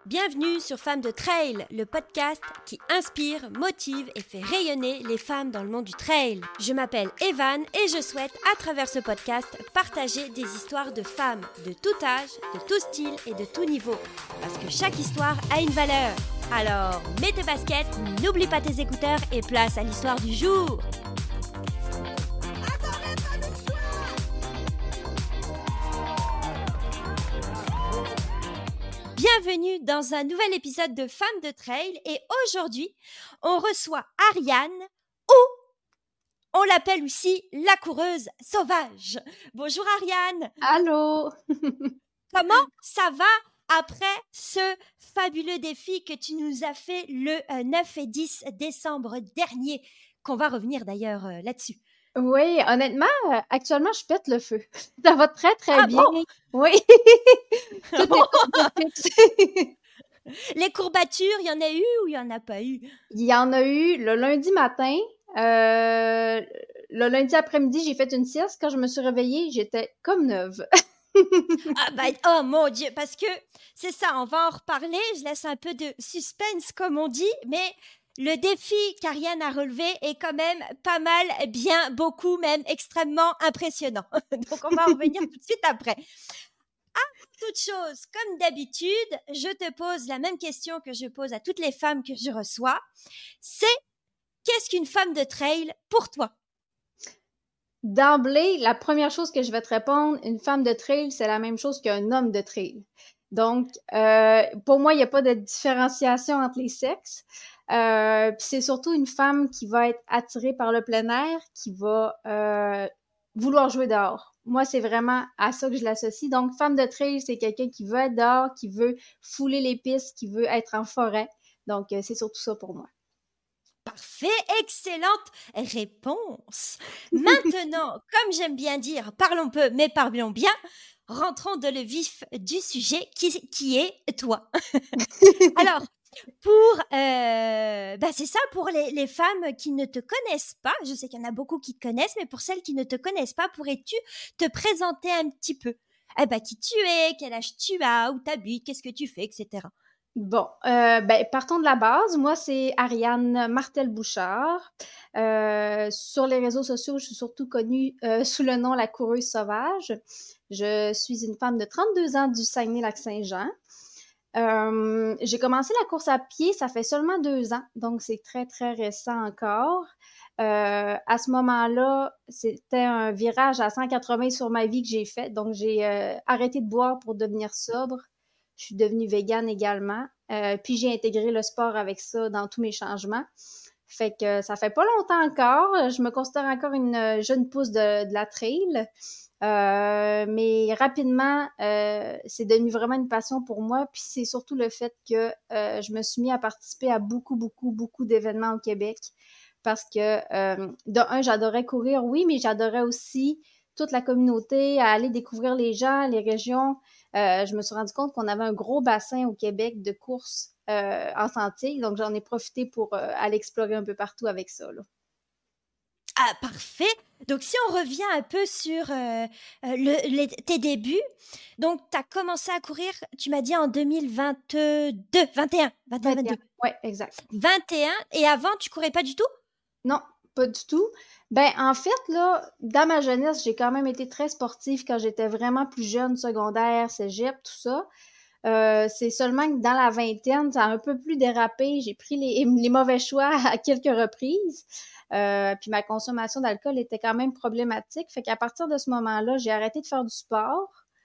Bienvenue sur Femmes de Trail, le podcast qui inspire, motive et fait rayonner les femmes dans le monde du trail. Je m'appelle Evan et je souhaite, à travers ce podcast, partager des histoires de femmes de tout âge, de tout style et de tout niveau. Parce que chaque histoire a une valeur. Alors, mets tes baskets, n'oublie pas tes écouteurs et place à l'histoire du jour. Bienvenue dans un nouvel épisode de Femmes de Trail et aujourd'hui, on reçoit Ariane ou on l'appelle aussi la coureuse sauvage. Bonjour Ariane. Allô. Comment ça va après ce fabuleux défi que tu nous as fait le 9 et 10 décembre dernier, qu'on va revenir d'ailleurs là-dessus. Oui, honnêtement, actuellement, je pète le feu. Ça va très, très bien. Bon? Oui. Tout est Les courbatures, il y en a eu ou il n'y en a pas eu? Il y en a eu le lundi matin. Le lundi après-midi, j'ai fait une sieste. Quand je me suis réveillée, j'étais comme neuve. Oh mon Dieu, parce que c'est ça, on va en reparler. Je laisse un peu de suspense, comme on dit, mais le défi qu'Ariane a relevé est quand même pas mal, bien, beaucoup, même extrêmement impressionnant. Donc, on va en revenir tout de suite après. Toute chose, comme d'habitude, je te pose la même question que je pose à toutes les femmes que je reçois. C'est, qu'est-ce qu'une femme de trail pour toi? D'emblée, la première chose que je vais te répondre, une femme de trail, c'est la même chose qu'un homme de trail. Donc, pour moi, il n'y a pas de différenciation entre les sexes. Puis c'est surtout une femme qui va être attirée par le plein air, qui va vouloir jouer dehors. Moi, c'est vraiment à ça que je l'associe. Donc, femme de trail, c'est quelqu'un qui veut être dehors, qui veut fouler les pistes, qui veut être en forêt. Donc, c'est surtout ça pour moi. Parfait, excellente réponse. Maintenant, comme j'aime bien dire, parlons peu, mais parlons bien. Rentrons dans le vif du sujet qui est toi. Alors, c'est ça, pour les femmes qui ne te connaissent pas, je sais qu'il y en a beaucoup qui te connaissent, mais pour celles qui ne te connaissent pas, pourrais-tu te présenter un petit peu? Qui tu es, quel âge tu as, où tu habites, qu'est-ce que tu fais, etc. Bon, partons de la base. Moi, c'est Ariane Martel-Bouchard. Sur les réseaux sociaux, je suis surtout connue sous le nom La Coureuse Sauvage. Je suis une femme de 32 ans du Saguenay-Lac-Saint-Jean. J'ai commencé la course à pied, ça fait seulement 2 ans, donc c'est très, très récent encore. À ce moment-là, c'était un virage à 180 sur ma vie que j'ai fait, donc j'ai arrêté de boire pour devenir sobre. Je suis devenue végane également. Puis j'ai intégré le sport avec ça dans tous mes changements. Fait que ça fait pas longtemps encore. Je me considère encore une jeune pousse de la trail. Mais rapidement, c'est devenu vraiment une passion pour moi. Puis c'est surtout le fait que je me suis mis à participer à beaucoup, beaucoup, beaucoup d'événements au Québec. Parce que, de un, j'adorais courir, oui, mais j'adorais aussi toute la communauté, à aller découvrir les gens, les régions. Je me suis rendu compte qu'on avait un gros bassin au Québec de courses en sentier. Donc, j'en ai profité pour aller explorer un peu partout avec ça, là. Ah, parfait. Donc, si on revient un peu sur tes débuts, donc tu as commencé à courir, tu m'as dit en 2022, 21, 21, 22. Oui, exact. 21, et avant, tu courais pas du tout? Non, pas du tout. En fait, là, dans ma jeunesse, j'ai quand même été très sportive quand j'étais vraiment plus jeune, secondaire, cégep, tout ça. C'est seulement que dans la vingtaine, ça a un peu plus dérapé. J'ai pris les mauvais choix à quelques reprises. Puis ma consommation d'alcool était quand même problématique. Fait qu'à partir de ce moment-là, j'ai arrêté de faire du sport.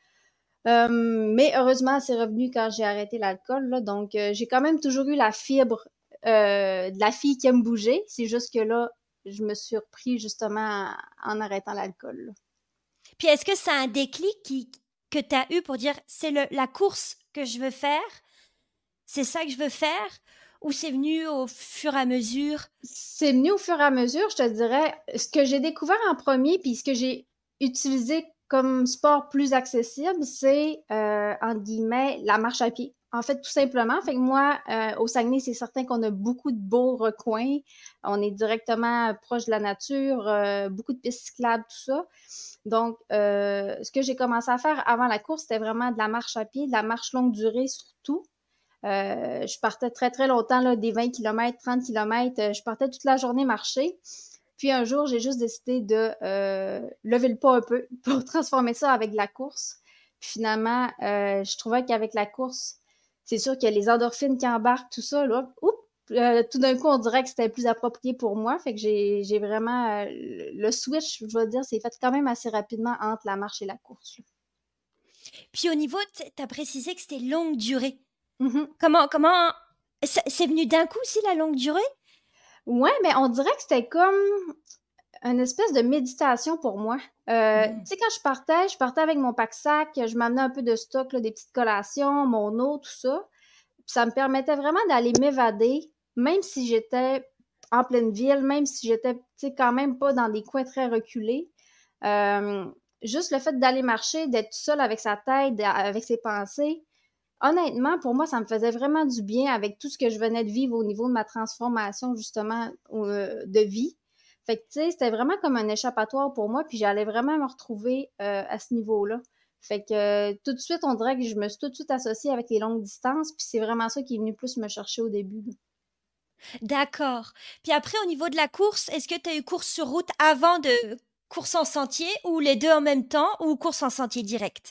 Mais heureusement, c'est revenu quand j'ai arrêté l'alcool, là. Donc, j'ai quand même toujours eu la fibre de la fille qui aime bouger. C'est juste que là, je me suis repris justement en arrêtant l'alcool, là. Puis est-ce que c'est un déclic que tu as eu pour dire c'est la course que je veux faire? C'est ça que je veux faire? Ou c'est venu au fur et à mesure? C'est venu au fur et à mesure, je te dirais. Ce que j'ai découvert en premier, puis ce que j'ai utilisé comme sport plus accessible, c'est, entre guillemets, la marche à pied. En fait, tout simplement. Fait que moi, au Saguenay, c'est certain qu'on a beaucoup de beaux recoins. On est directement proche de la nature, beaucoup de pistes cyclables, tout ça. Donc, ce que j'ai commencé à faire avant la course, c'était vraiment de la marche à pied, de la marche longue durée surtout. Je partais très, très longtemps, là, des 20 km, 30 km. Je partais toute la journée marcher. Puis un jour, j'ai juste décidé de lever le pas un peu pour transformer ça avec de la course. Puis finalement, je trouvais qu'avec la course, c'est sûr qu'il y a les endorphines qui embarquent, tout ça, là. Oups! Tout d'un coup, on dirait que c'était plus approprié pour moi. Fait que j'ai vraiment... le switch, je vais dire, c'est fait quand même assez rapidement entre la marche et la course, là. Puis au niveau, tu as précisé que c'était longue durée. Mhm. Comment, c'est venu d'un coup, si la longue durée? Ouais, mais on dirait que c'était comme une espèce de méditation pour moi. Tu Mm. sais, quand je partais avec mon pack-sac, je m'amenais un peu de stock, là, des petites collations, mon eau, tout ça. Puis ça me permettait vraiment d'aller m'évader, même si j'étais en pleine ville, même si j'étais, tu sais, quand même pas dans des coins très reculés. Euh, Juste le fait d'aller marcher, d'être seul avec sa tête, avec ses pensées, honnêtement, pour moi, ça me faisait vraiment du bien avec tout ce que je venais de vivre au niveau de ma transformation, justement, de vie. Fait que, tu sais, c'était vraiment comme un échappatoire pour moi, puis j'allais vraiment me retrouver à ce niveau-là. Fait que tout de suite, on dirait que je me suis tout de suite associée avec les longues distances, puis c'est vraiment ça qui est venu plus me chercher au début, là. D'accord. Puis après, au niveau de la course, est-ce que tu as eu course sur route avant de course en sentier ou les deux en même temps ou course en sentier direct?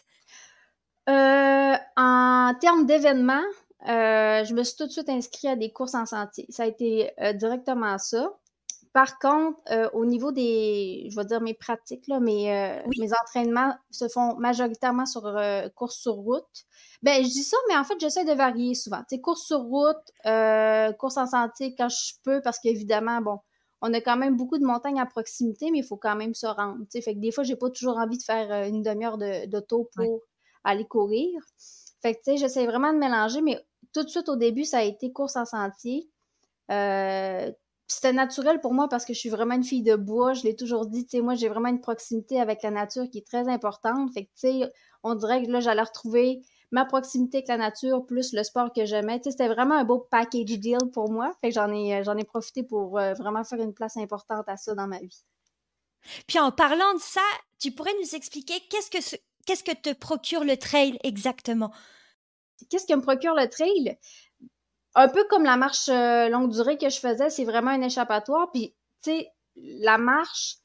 En termes d'événements, je me suis tout de suite inscrite à des courses en sentier. Ça a été directement ça. Par contre, au niveau des, je vais dire mes pratiques, là, Oui. mes entraînements se font majoritairement sur course sur route. Ben, je dis ça, mais en fait, j'essaie de varier souvent. Tu sais, course sur route, course en sentier quand je peux, parce qu'évidemment, bon, on a quand même beaucoup de montagnes à proximité, mais il faut quand même se rendre. Tu sais, fait que des fois, j'ai pas toujours envie de faire une demi-heure d'auto Ouais. pour aller courir. Fait que, tu sais, j'essaie vraiment de mélanger, mais tout de suite au début, ça a été course en sentier. Euh, C'était naturel pour moi parce que je suis vraiment une fille de bois. Je l'ai toujours dit, tu sais, moi, j'ai vraiment une proximité avec la nature qui est très importante. Fait que, tu sais, on dirait que là, j'allais retrouver ma proximité avec la nature plus le sport que j'aimais. Tu sais, c'était vraiment un beau package deal pour moi. Fait que j'en ai profité pour vraiment faire une place importante à ça dans ma vie. Puis en parlant de ça, tu pourrais nous expliquer qu'est-ce que te procure le trail exactement? Qu'est-ce que me procure le trail? Un peu comme la marche longue durée que je faisais, c'est vraiment un échappatoire. Puis, tu sais, la marche,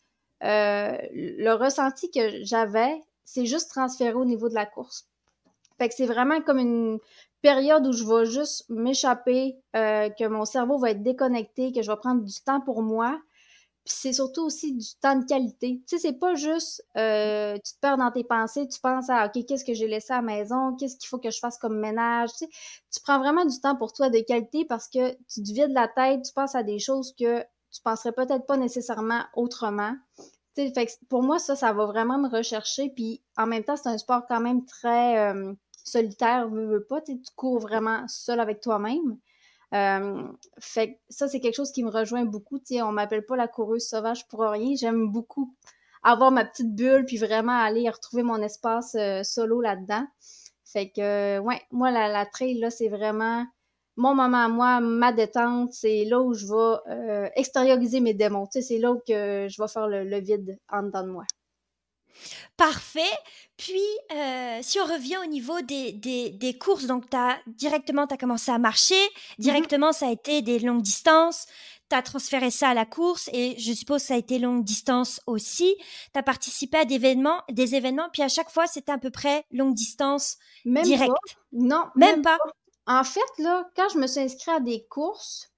le ressenti que j'avais, c'est juste transféré au niveau de la course. Fait que c'est vraiment comme une période où je vais juste m'échapper, que mon cerveau va être déconnecté, que je vais prendre du temps pour moi. Puis c'est surtout aussi du temps de qualité. Tu sais, c'est pas juste tu te perds dans tes pensées, tu penses à OK, qu'est-ce que j'ai laissé à la maison, qu'est-ce qu'il faut que je fasse comme ménage. Tu sais, tu prends vraiment du temps pour toi de qualité parce que tu te vides la tête, tu penses à des choses que tu penserais peut-être pas nécessairement autrement. Tu sais, fait que pour moi, ça va vraiment me rechercher. Puis en même temps, c'est un sport quand même très solitaire, veux pas. Tu sais, tu cours vraiment seul avec toi-même. Euh, Fait que ça, c'est quelque chose qui me rejoint beaucoup. Tu sais, on m'appelle pas la coureuse sauvage pour rien. J'aime beaucoup avoir ma petite bulle puis vraiment aller retrouver mon espace solo là-dedans. Fait que, ouais, moi, la trail, là, c'est vraiment mon moment à moi, ma détente. C'est là où je vais extérioriser mes démons. Tu sais, c'est là où que je vais faire le vide en dedans de moi. Parfait. Puis, si on revient au niveau des courses, donc directement, tu as commencé à marcher, Mhm. directement, ça a été des longues distances, tu as transféré ça à la course et je suppose que ça a été longue distance aussi. Tu as participé à des événements, puis à chaque fois, c'était à peu près longue distance Même pas. directe. Non, Même même pas. pas. En fait, là, quand je me suis inscrite à des courses,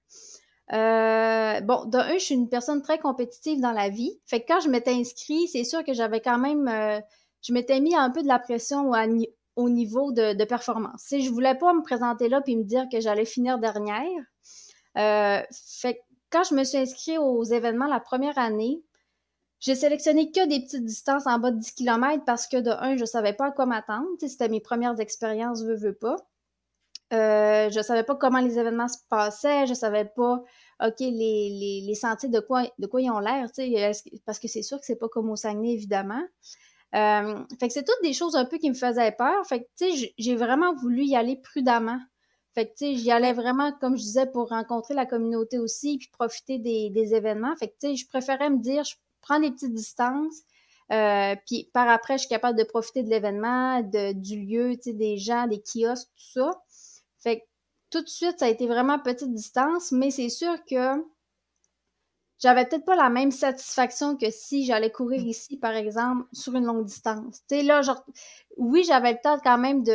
bon, de un, je suis une personne très compétitive dans la vie. Fait que quand je m'étais inscrite, c'est sûr que j'avais quand même, je m'étais mis un peu de la pression au niveau de performance. Si je voulais pas me présenter là puis me dire que j'allais finir dernière. Fait que quand je me suis inscrite aux événements la première année, j'ai sélectionné que des petites distances en bas de 10 km parce que de un, je savais pas à quoi m'attendre. Tu sais, c'était mes premières expériences, veux pas. Je savais pas comment les événements se passaient, je savais pas, OK, les sentiers de quoi ils ont l'air, tu sais, parce que c'est sûr que c'est pas comme au Saguenay, évidemment. Fait que c'est toutes des choses un peu qui me faisaient peur. Fait que, tu sais, j'ai vraiment voulu y aller prudemment. Fait que, tu sais, j'y allais Ouais. vraiment, comme je disais, pour rencontrer la communauté aussi, puis profiter des événements. Fait que, tu sais, je préférais me dire, je prends des petites distances, puis par après, je suis capable de profiter de l'événement, du lieu, tu sais, des gens, des kiosques, tout ça. Fait que tout de suite, ça a été vraiment petite distance, mais c'est sûr que j'avais peut-être pas la même satisfaction que si j'allais courir ici, par exemple, sur une longue distance. Tu sais, là, genre, oui, j'avais le temps quand même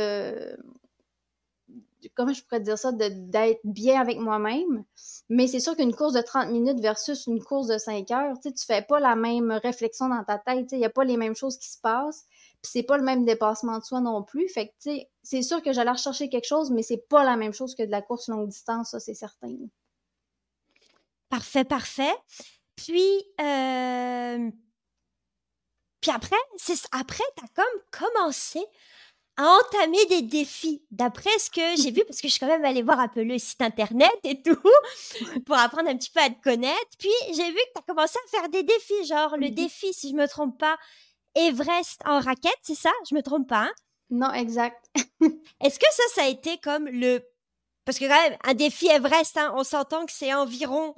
comment je pourrais dire ça, d'être bien avec moi-même, mais c'est sûr qu'une course de 30 minutes versus une course de 5 heures, tu sais, tu fais pas la même réflexion dans ta tête, tu sais, il y a pas les mêmes choses qui se passent, puis c'est pas le même dépassement de soi non plus, fait que, tu sais, c'est sûr que j'allais rechercher quelque chose, mais c'est pas la même chose que de la course longue distance, ça, c'est certain. Parfait, parfait. Puis, puis après, après, tu as comme commencé à entamer des défis, d'après ce que j'ai vu, parce que je suis quand même allée voir un peu le site internet et tout, pour apprendre un petit peu à te connaître. Puis j'ai vu que tu as commencé à faire des défis, genre le défi, si je me trompe pas, Everest en raquette, c'est ça? Je me trompe pas, hein? Non, exact. Est-ce que ça a été comme le... Parce que quand même, un défi Everest, hein, on s'entend que c'est environ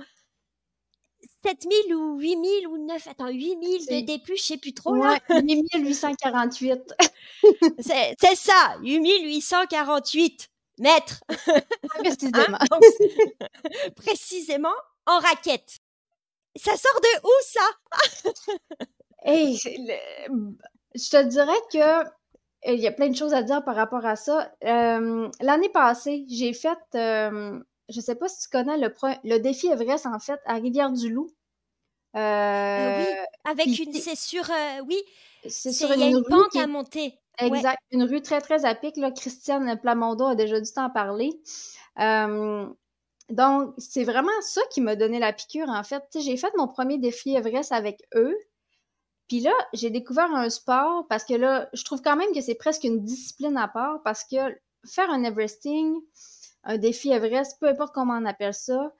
7000 ou 8000 ou 9... Attends, 8000 de D+, je sais plus trop, là. Ouais, 8848. C'est ça, 8848 mètres. Hein? Précisément. Donc, précisément en raquette. Ça sort de où, ça? Hey, je te dirais que il y a plein de choses à dire par rapport à ça. L'année passée, j'ai fait, je sais pas si tu connais le défi Everest, en fait, à Rivière-du-Loup. Oui, avec Puis une... C'est sur... oui, c'est sur il y a une une rue pente qui à est monter. Ouais. exact, une rue très, très à pic, là. Christiane Plamondon a déjà dû t'en parler. Euh, donc, c'est vraiment ça qui m'a donné la piqûre, en fait. Tu sais, j'ai fait mon premier défi Everest avec eux. Puis là, j'ai découvert un sport parce que là, je trouve quand même que c'est presque une discipline à part parce que faire un Everesting, un défi Everest, peu importe comment on appelle ça,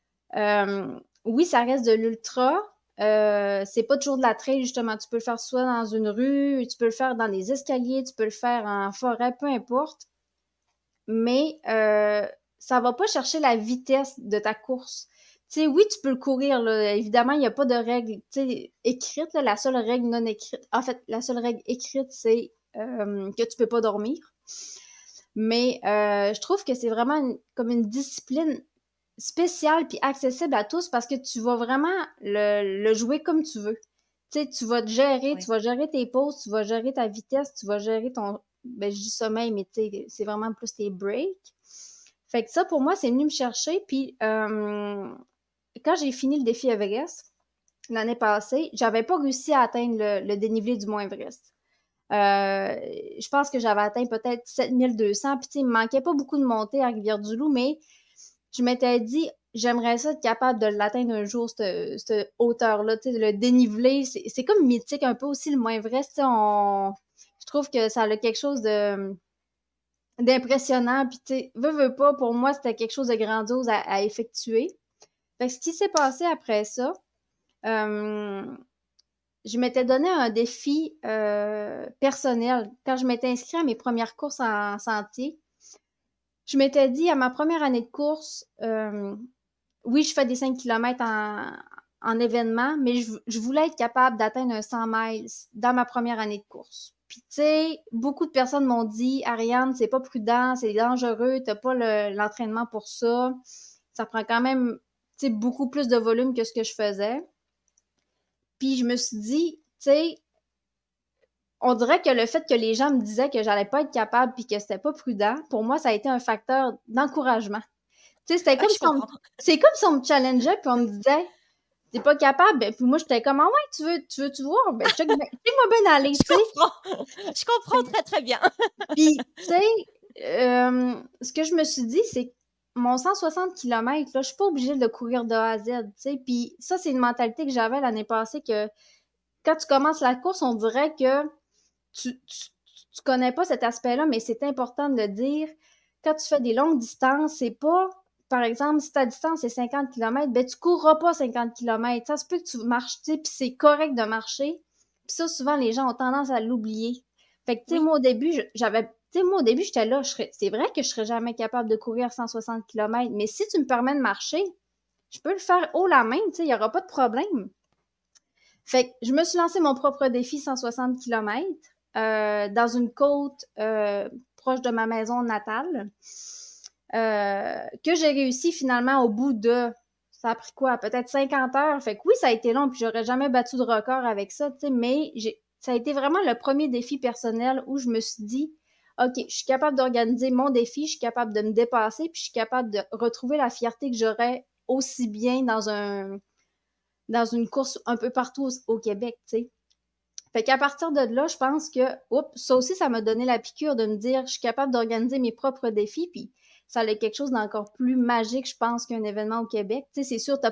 oui, ça reste de l'ultra. C'est pas toujours de la trail, justement. Tu peux le faire soit dans une rue, tu peux le faire dans des escaliers, tu peux le faire en forêt, peu importe. Mais ça va pas chercher la vitesse de ta course. Tu sais, oui, tu peux le courir, là. Évidemment, il n'y a pas de règle, tu sais, écrite, là. La seule règle non écrite, en fait, la seule règle écrite, c'est que tu peux pas dormir. Mais je trouve que c'est vraiment comme une discipline spéciale puis accessible à tous parce que tu vas vraiment le jouer comme tu veux. Tu sais, tu vas te gérer, tu vas gérer tes pauses, tu vas gérer ta vitesse, tu vas gérer ton, ben je dis sommeil, mais tu sais, c'est vraiment plus tes breaks. Fait que ça, pour moi, c'est venu me chercher. Puis quand j'ai fini le défi Everest l'année passée, j'avais pas réussi à atteindre le dénivelé du Mont Everest. Je pense que j'avais atteint peut-être 7200. Puis tu sais, il me manquait pas beaucoup de montées à Rivière-du-Loup, mais je m'étais dit, j'aimerais ça être capable de l'atteindre un jour, cette hauteur-là, tu sais, le dénivelé. C'est comme mythique un peu aussi, le Mont Everest. Tu sais, je trouve que ça a quelque chose d'impressionnant. Puis, tu sais, veux pas, pour moi, c'était quelque chose de grandiose à effectuer. Fait que ce qui s'est passé après ça, je m'étais donné un défi personnel. Quand je m'étais inscrite à mes premières courses en sentier, je m'étais dit à ma première année de course, oui, je fais des 5 km en événement, mais je voulais être capable d'atteindre un 100 miles dans ma première année de course. Puis, tu sais, beaucoup de personnes m'ont dit, Ariane, c'est pas prudent, c'est dangereux, t'as pas l'entraînement pour ça. Ça prend quand même, tu sais, beaucoup plus de volume que ce que je faisais. Puis, je me suis dit, tu sais, on dirait que le fait que les gens me disaient que j'allais pas être capable puis que c'était pas prudent, pour moi, ça a été un facteur d'encouragement. Tu sais, c'était comme c'est comme si on me challengeait puis on me disait, t'es pas capable. Ben, puis moi, j'étais comme, ah ouais, tu veux voir? Ben, check-moi bien aller, tu sais. Je comprends très, très bien. Puis, tu sais, ce que je me suis dit, c'est que mon 160 km, là, je suis pas obligée de le courir de A à Z, tu sais. Puis ça, c'est une mentalité que j'avais l'année passée que quand tu commences la course, on dirait que tu connais pas cet aspect-là, mais c'est important de le dire. Quand tu fais des longues distances, c'est pas, par exemple, si ta distance est 50 km, ben tu courras pas 50 km. Ça se peut que tu marches, tu sais, puis c'est correct de marcher. Puis ça, souvent, les gens ont tendance à l'oublier. Fait que, tu sais, moi, au début, j'étais là, c'est vrai que je serais jamais capable de courir 160 km, mais si tu me permets de marcher, je peux le faire haut la main, tu sais, il y aura pas de problème. Fait que je me suis lancé mon propre défi 160 km dans une côte proche de ma maison natale. que j'ai réussi finalement au bout de, ça a pris quoi, peut-être 50 heures. Fait que oui, ça a été long, puis j'aurais jamais battu de record avec ça, tu sais, mais ça a été vraiment le premier défi personnel où je me suis dit, OK, je suis capable d'organiser mon défi, je suis capable de me dépasser, puis je suis capable de retrouver la fierté que j'aurais aussi bien dans une course un peu partout au Québec, tu sais. Fait qu'à partir de là, je pense que, oups, ça aussi, ça m'a donné la piqûre de me dire, je suis capable d'organiser mes propres défis, puis ça a quelque chose d'encore plus magique, je pense, qu'un événement au Québec. Tu sais, c'est sûr,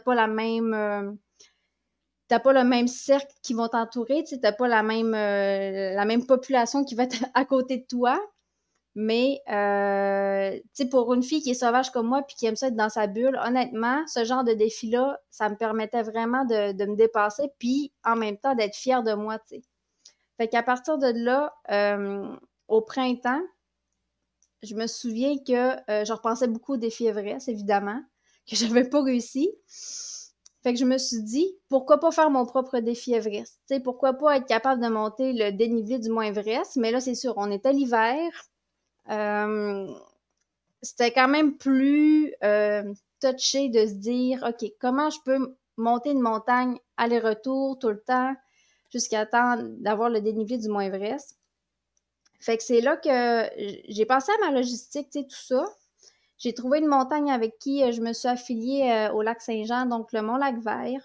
t'as pas le même cercle qui vont t'entourer, tu sais, t'as pas la même population qui va être à côté de toi. Mais, tu sais, pour une fille qui est sauvage comme moi puis qui aime ça être dans sa bulle, honnêtement, ce genre de défi-là, ça me permettait vraiment de me dépasser puis en même temps d'être fière de moi, tu sais. Fait qu'à partir de là, au printemps, je me souviens que je repensais beaucoup au défi Everest, évidemment, que j'avais pas réussi. Fait que je me suis dit, pourquoi pas faire mon propre défi Everest? Tu sais, pourquoi pas être capable de monter le dénivelé du Mont Everest? Mais là, c'est sûr, on est à l'hiver. Euh, C'était quand même plus touché de se dire, OK, comment je peux monter une montagne aller-retour tout le temps jusqu'à temps d'avoir le dénivelé du Mont Everest? Fait que c'est là que j'ai pensé à ma logistique, tu sais, tout ça. J'ai trouvé une montagne avec qui je me suis affiliée au lac Saint-Jean, donc le Mont-Lac-Vert.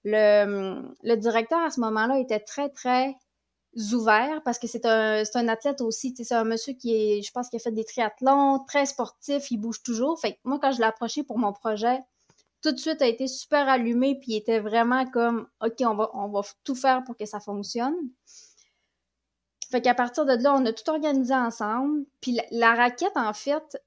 Le directeur à ce moment-là était très, très ouvert parce que c'est un athlète aussi. C'est un monsieur qui est, je pense, qui a fait des triathlons, très sportif, il bouge toujours. Fait que moi, quand je l'ai approché pour mon projet, tout de suite a été super allumé, puis il était vraiment comme OK, on va tout faire pour que ça fonctionne. Fait qu'à partir de là, on a tout organisé ensemble. Puis la raquette, en fait,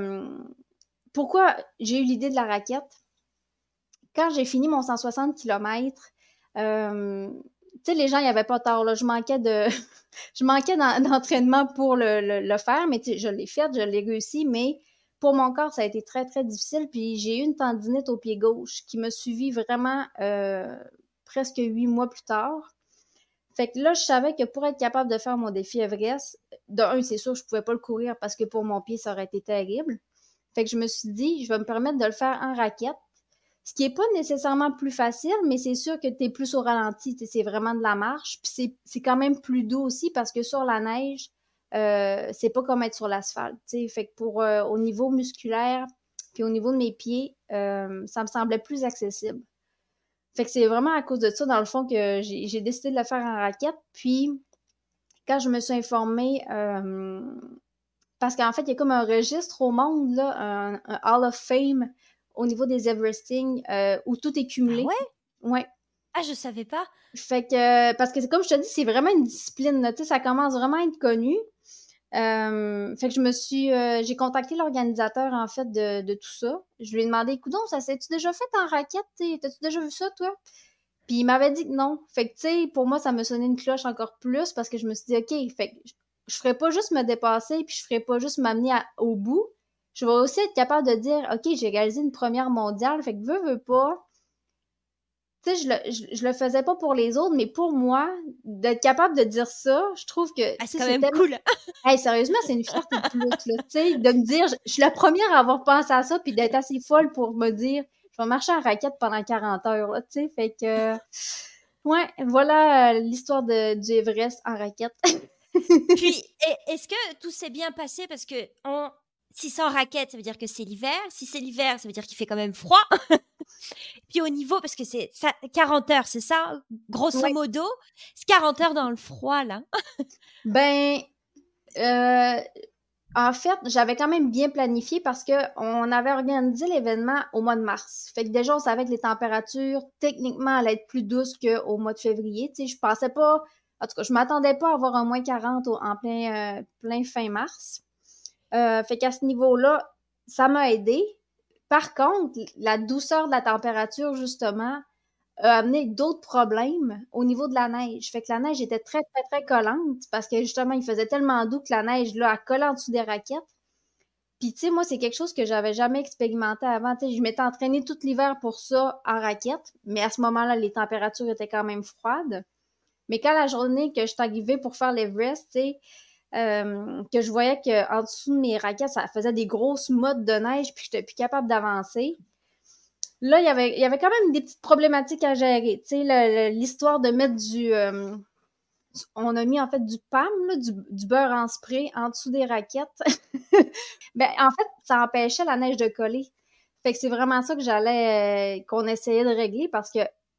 pourquoi j'ai eu l'idée de la raquette? Quand j'ai fini mon 160 km, tu sais, les gens, il n'y avait pas tort, là. Je manquais d'entraînement pour le faire, mais je l'ai fait, je l'ai réussi, mais pour mon corps, ça a été très, très difficile. Puis j'ai eu une tendinite au pied gauche qui m'a suivi vraiment presque 8 mois plus tard. Fait que là, je savais que pour être capable de faire mon défi Everest, c'est sûr, je pouvais pas le courir parce que pour mon pied, ça aurait été terrible. Fait que je me suis dit, je vais me permettre de le faire en raquette. Ce qui est pas nécessairement plus facile, mais c'est sûr que tu es plus au ralenti. C'est vraiment de la marche. Puis c'est quand même plus doux aussi parce que sur la neige, c'est pas comme être sur l'asphalte. Fait que au niveau musculaire, puis au niveau de mes pieds, ça me semblait plus accessible. Fait que c'est vraiment à cause de ça, dans le fond, que j'ai décidé de le faire en raquette. Puis, quand je me suis informée, parce qu'en fait, il y a comme un registre au monde, là, un Hall of Fame au niveau des Everesting, où tout est Ah cumulé. ouais? Ouais. Ah, je savais pas. Fait que, parce que comme je te dis, c'est vraiment une discipline, là, tu sais, ça commence vraiment à être connu. Fait que j'ai contacté l'organisateur, en fait, de tout ça. Je lui ai demandé, coudonc, ça s'est-tu déjà fait en raquette? T'as-tu déjà vu ça, toi? Puis il m'avait dit que non. Fait que, tu sais, pour moi, ça me sonnait une cloche encore plus parce que je me suis dit, OK, fait que je ferais pas juste me dépasser puis je ferais pas juste m'amener au bout. Je vais aussi être capable de dire, OK, j'ai réalisé une première mondiale. Fait que veux pas. Tu sais, je le faisais pas pour les autres, mais pour moi, d'être capable de dire ça, je trouve que, Ah, tu c'est sais, quand c'est même tellement. cool. Hey, sérieusement, c'est une fierté de plus, là. Tu sais, de me dire, je suis la première à avoir pensé à ça puis d'être assez folle pour me dire, je vais marcher en raquette pendant 40 heures, là, tu sais. Fait que. Ouais, voilà l'histoire du Everest en raquette. Puis, est-ce que tout s'est bien passé parce que si c'est en raquette, ça veut dire que c'est l'hiver. Si c'est l'hiver, ça veut dire qu'il fait quand même froid. Puis au niveau, parce que c'est ça, 40 heures, c'est ça, grosso Ouais. modo, c'est 40 heures dans le froid, là. Ben, euh, en fait, j'avais quand même bien planifié parce que on avait organisé l'événement au mois de mars. Fait que déjà, on savait que les températures, techniquement, allaient être plus douces qu'au mois de février. Tu sais, je pensais pas, en tout cas, je m'attendais pas à avoir un moins 40 en plein fin mars. Fait qu'à ce niveau-là, ça m'a aidé. Par contre, la douceur de la température, justement, a amené d'autres problèmes au niveau de la neige. Fait que la neige était très, très, très collante parce que justement, il faisait tellement doux que la neige, là, elle collait en dessous des raquettes. Puis, tu sais, moi, c'est quelque chose que j'avais jamais expérimenté avant. Tu sais, je m'étais entraînée tout l'hiver pour ça en raquette, mais à ce moment-là, les températures étaient quand même froides. Mais quand la journée que je suis arrivée pour faire l'Everest, tu sais, que je voyais qu'en dessous de mes raquettes, ça faisait des grosses mottes de neige, puis j'étais plus capable d'avancer. Là, il y avait quand même des petites problématiques à gérer. Tu sais, l'histoire de mettre on a mis en fait du PAM, là, du beurre en spray en dessous des raquettes. Ben, en fait, ça empêchait la neige de coller. Fait que c'est vraiment ça que qu'on essayait de régler parce que,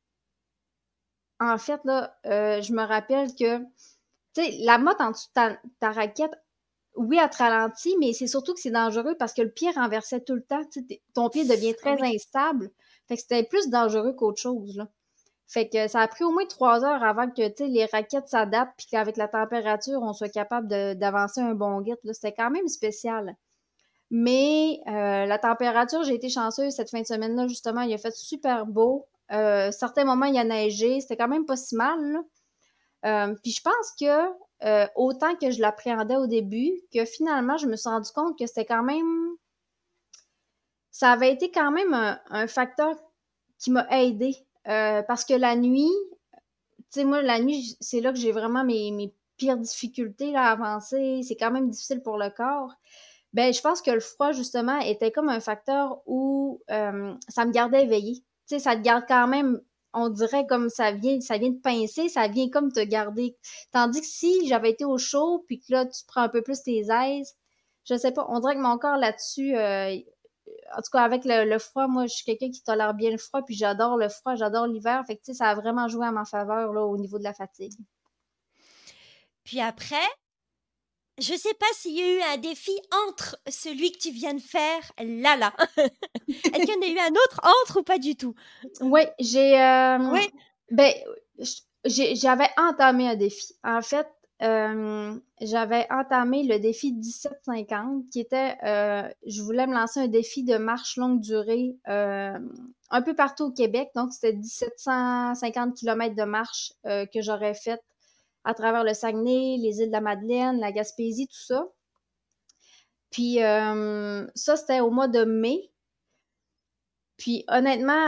en fait, là, je me rappelle que, tu sais, la motte en dessous de ta raquette, oui, elle te ralentit, mais c'est surtout que c'est dangereux parce que le pied renversait tout le temps. Tu sais, ton pied devient Ah très oui. instable. Fait que c'était plus dangereux qu'autre chose, là. Fait que ça a pris au moins 3 heures avant que, tu sais, les raquettes s'adaptent puis qu'avec la température, on soit capable d'avancer un bon guide, là. C'était quand même spécial. Mais la température, j'ai été chanceuse cette fin de semaine-là, justement, il a fait super beau. Certains moments, il a neigé, c'était quand même pas si mal, là. Puis je pense que autant que je l'appréhendais au début, que finalement, je me suis rendu compte que c'était quand même, ça avait été quand même un facteur qui m'a aidé. Parce que la nuit, tu sais, moi, la nuit, c'est là que j'ai vraiment mes pires difficultés là, à avancer. C'est quand même difficile pour le corps. Ben, je pense que le froid, justement, était comme un facteur où ça me gardait éveillée. Tu sais, ça te garde quand même, on dirait comme ça vient te pincer, ça vient comme te garder. Tandis que si j'avais été au chaud, puis que là, tu prends un peu plus tes aises, je sais pas, on dirait que mon corps là-dessus, en tout cas, avec le froid, moi, je suis quelqu'un qui tolère bien le froid, puis j'adore le froid, j'adore l'hiver. Fait que, tu sais, ça a vraiment joué à ma faveur, là, au niveau de la fatigue. Puis après, je sais pas s'il y a eu un défi entre celui que tu viens de faire là. Est-ce qu'il y en a eu un autre entre ou pas du tout? Oui, Oui. ben, j'avais entamé un défi. En fait, j'avais entamé le défi 1750, qui était, je voulais me lancer un défi de marche longue durée un peu partout au Québec. Donc, c'était 1750 kilomètres de marche que j'aurais fait à travers le Saguenay, les îles de la Madeleine, la Gaspésie, tout ça. Puis ça, c'était au mois de mai. Puis honnêtement,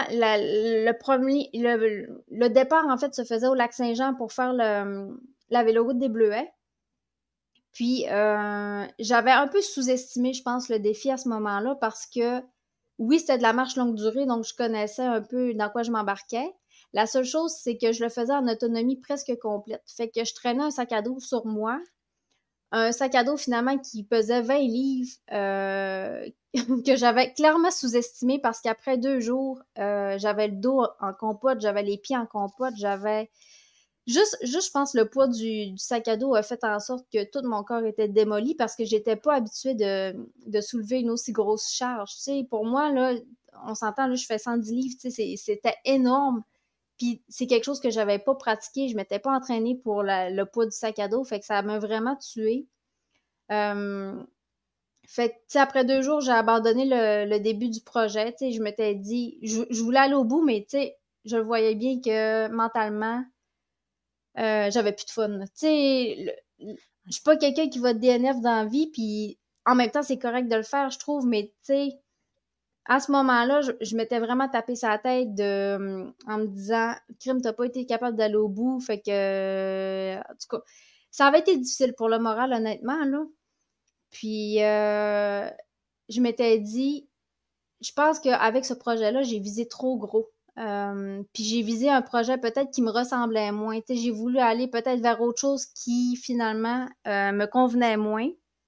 le départ, en fait, se faisait au Lac-Saint-Jean pour faire la véloroute des Bleuets. Puis j'avais un peu sous-estimé, je pense, le défi à ce moment-là parce que oui, c'était de la marche longue durée, donc je connaissais un peu dans quoi je m'embarquais. La seule chose, c'est que je le faisais en autonomie presque complète. Fait que je traînais un sac à dos sur moi, un sac à dos finalement qui pesait 20 livres, que j'avais clairement sous-estimé parce qu'après 2 jours, j'avais le dos en compote, j'avais les pieds en compote, j'avais juste, je pense, le poids du sac à dos a fait en sorte que tout mon corps était démoli parce que j'étais pas habituée de soulever une aussi grosse charge. Tu sais, pour moi, là, on s'entend, là, je fais 110 livres, tu sais, c'était énorme. Puis c'est quelque chose que j'avais pas pratiqué, je m'étais pas entraînée pour le poids du sac à dos, fait que ça m'a vraiment tuée. Euh, Fait que, tu sais, après 2 jours, j'ai abandonné le début du projet. Tu sais, je m'étais dit, je voulais aller au bout, mais tu sais, je voyais bien que mentalement, j'avais plus de fun, là. Tu sais, je suis pas quelqu'un qui va DNF dans la vie, puis en même temps, c'est correct de le faire, je trouve, mais tu sais, à ce moment-là, je m'étais vraiment tapé sa tête en me disant, Crime, t'as pas été capable d'aller au bout, fait que, en tout cas, ça avait été difficile pour le moral, honnêtement, là. Puis, je m'étais dit, je pense qu'avec ce projet-là, j'ai visé trop gros. Puis j'ai visé un projet peut-être qui me ressemblait moins. Tu sais, j'ai voulu aller peut-être vers autre chose qui finalement me convenait moins.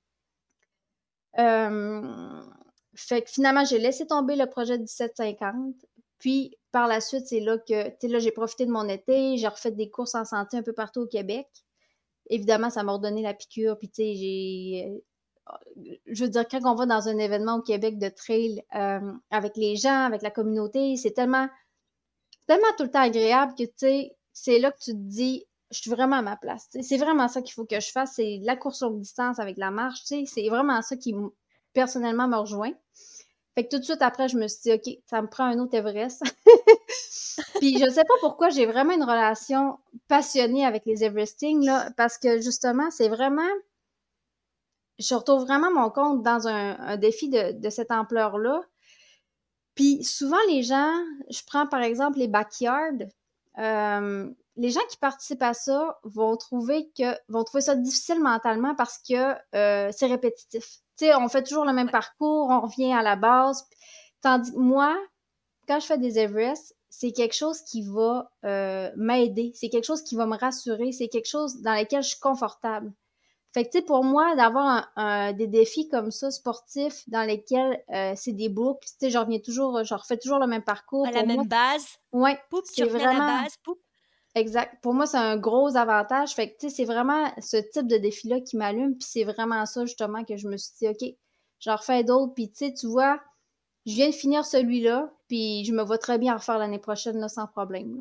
Euh, Fait que finalement, j'ai laissé tomber le projet 1750. Puis par la suite, c'est là que, tu sais, là, j'ai profité de mon été, j'ai refait des courses en santé un peu partout au Québec. Évidemment, ça m'a redonné la piqûre. Puis tu sais, je veux dire, quand on va dans un événement au Québec de trail avec les gens, avec la communauté, c'est tellement tout le temps agréable que, tu sais, c'est là que tu te dis, je suis vraiment à ma place. Tu sais, c'est vraiment ça qu'il faut que je fasse, c'est la course longue distance avec la marche, tu sais, c'est vraiment ça qui, personnellement, me rejoint. Fait que tout de suite après, je me suis dit, OK, ça me prend un autre Everest. Puis je sais pas pourquoi j'ai vraiment une relation passionnée avec les Everesting, là, parce que justement, c'est vraiment, je retrouve vraiment mon compte dans un défi de cette ampleur-là. Puis souvent, les gens, je prends par exemple les backyards. les gens qui participent à ça vont trouver ça difficile mentalement parce que c'est répétitif. Tu sais, on fait toujours le même parcours, on revient à la base. Tandis que moi, quand je fais des Everest, c'est quelque chose qui va m'aider, c'est quelque chose qui va me rassurer, c'est quelque chose dans lequel je suis confortable. Fait que, tu sais, pour moi, d'avoir des défis comme ça, sportifs, dans lesquels c'est des boucles, tu sais, je refais toujours le même parcours. À la Pour moi, même base. ouais, Poup, tu c'est reviens à la vraiment base. Poup. exact. Pour moi, c'est un gros avantage. Fait que, tu sais, c'est vraiment ce type de défi-là qui m'allume. Puis c'est vraiment ça, justement, que je me suis dit, OK, j'en refais d'autres. Puis, tu sais, tu vois, je viens de finir celui-là. Puis je me vois très bien en refaire l'année prochaine, là, sans problème, là.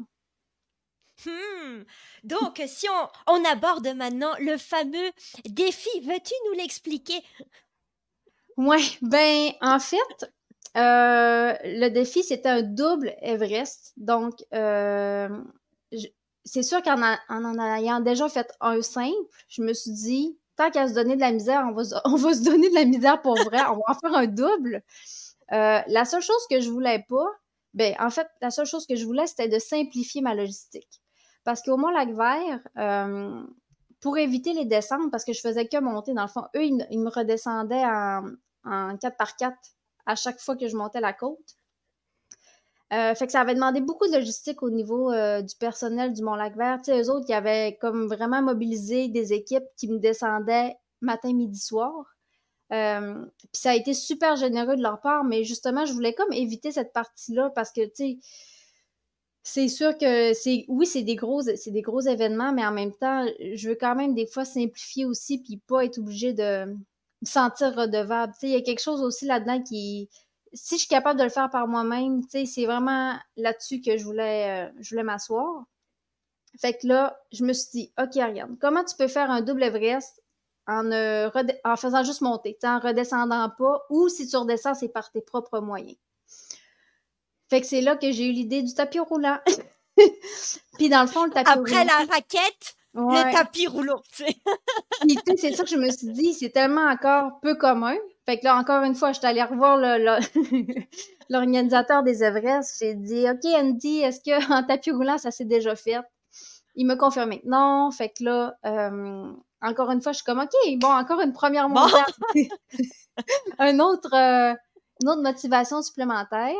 Donc, si on aborde maintenant le fameux défi, veux-tu nous l'expliquer? Ouais, ben, en fait, le défi, c'était un double Everest. Donc, je- c'est sûr en ayant déjà fait un simple, je me suis dit, tant qu'à se donner de la misère, on va se donner de la misère pour vrai, on va en faire un double. La seule chose que je voulais pas, ben, en fait, la seule chose que je voulais, c'était de simplifier ma logistique. Parce qu'au Mont-Lac-Vert, pour éviter les descentes, parce que je faisais que monter, dans le fond, eux, ils me redescendaient en 4x4 à chaque fois que je montais la côte. Fait que ça avait demandé beaucoup de logistique au niveau du personnel du Mont-Lac-Vert. Tu sais, eux autres, ils avaient comme vraiment mobilisé des équipes qui me descendaient matin, midi, soir. Puis ça a été super généreux de leur part, mais justement, je voulais comme éviter cette partie-là parce que, tu sais, c'est sûr que oui, c'est des gros événements, mais en même temps, je veux quand même des fois simplifier aussi puis pas être obligée de me sentir redevable. Tu sais, il y a quelque chose aussi là-dedans si je suis capable de le faire par moi-même, tu sais, c'est vraiment là-dessus que je voulais m'asseoir. Fait que là, je me suis dit, OK, regarde, comment tu peux faire un double Everest en faisant juste monter, en redescendant pas, ou si tu redescends, c'est par tes propres moyens. Fait que c'est là que j'ai eu l'idée du tapis roulant. Puis dans le fond, le tapis Après roulant, la raquette, le ouais. tapis roulant. Tu sais. Puis tu sais, c'est ça que je me suis dit, c'est tellement encore peu commun. Fait que là, encore une fois, je suis allée revoir l'organisateur des Everest. J'ai dit, OK, Andy, est-ce qu'en tapis roulant, ça s'est déjà fait? Il m'a confirmé que non. Fait que là, encore une fois, je suis comme, OK, bon, encore une première Bon, montagne. un autre, une autre motivation supplémentaire.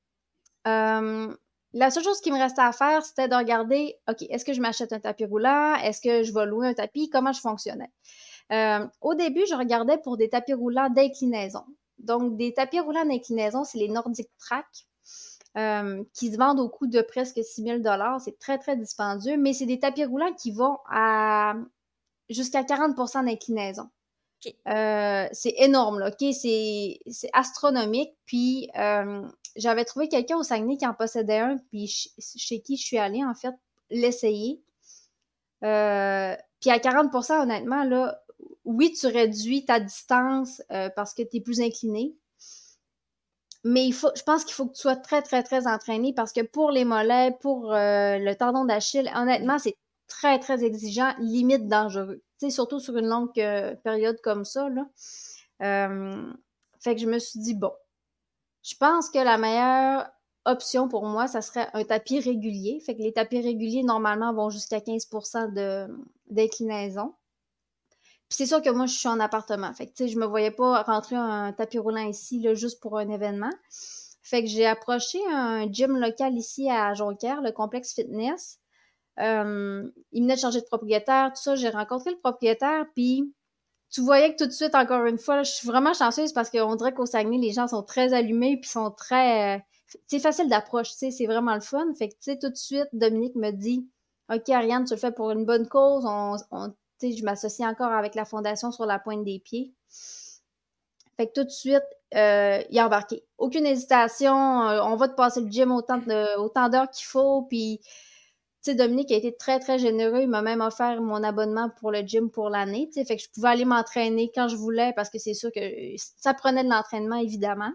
La seule chose qui me restait à faire, c'était de regarder, OK, est-ce que je m'achète un tapis roulant? Est-ce que je vais louer un tapis? Comment je fonctionnais? Au début, je regardais pour des tapis roulants d'inclinaison. Donc, des tapis roulants d'inclinaison, c'est les Nordic Track, qui se vendent au coût de presque 6 000 $. C'est très, très dispendieux, mais c'est des tapis roulants qui vont à jusqu'à 40 d'inclinaison. OK. C'est énorme, là, OK? C'est astronomique. Puis, j'avais trouvé quelqu'un au Saguenay qui en possédait un, puis chez qui je suis allée, en fait, l'essayer. Puis à 40 honnêtement, là, oui, tu réduis ta distance parce que tu es plus incliné. Mais je pense qu'il faut que tu sois très, très, très entraîné parce que pour les mollets, pour le tendon d'Achille, honnêtement, c'est très, très exigeant, limite dangereux. Tu sais, surtout sur une longue période comme ça, là. Fait que je me suis dit, bon, je pense que la meilleure option pour moi, ça serait un tapis régulier. Fait que les tapis réguliers, normalement, vont jusqu'à 15 d'inclinaison. Puis c'est sûr que moi, je suis en appartement. Fait que, tu sais, je me voyais pas rentrer un tapis roulant ici, là, juste pour un événement. Fait que j'ai approché un gym local ici à Jonquière, le complexe fitness. Il venait de changer de propriétaire, tout ça. J'ai rencontré le propriétaire, puis tu voyais que tout de suite, encore une fois, là, je suis vraiment chanceuse parce qu'on dirait qu'au Saguenay, les gens sont très allumés puis sont très... c'est facile d'approche, tu sais, c'est vraiment le fun. Fait que, tu sais, tout de suite, Dominique me dit, OK, Ariane, tu le fais pour une bonne cause. Tu sais, je m'associe encore avec la fondation sur la pointe des pieds. Fait que tout de suite, il a embarqué. Aucune hésitation, on va te passer le gym autant d'heures qu'il faut, puis tu sais, Dominique a été très, très généreux. Il m'a même offert mon abonnement pour le gym pour l'année. Tu sais, fait que je pouvais aller m'entraîner quand je voulais parce que c'est sûr que ça prenait de l'entraînement, évidemment.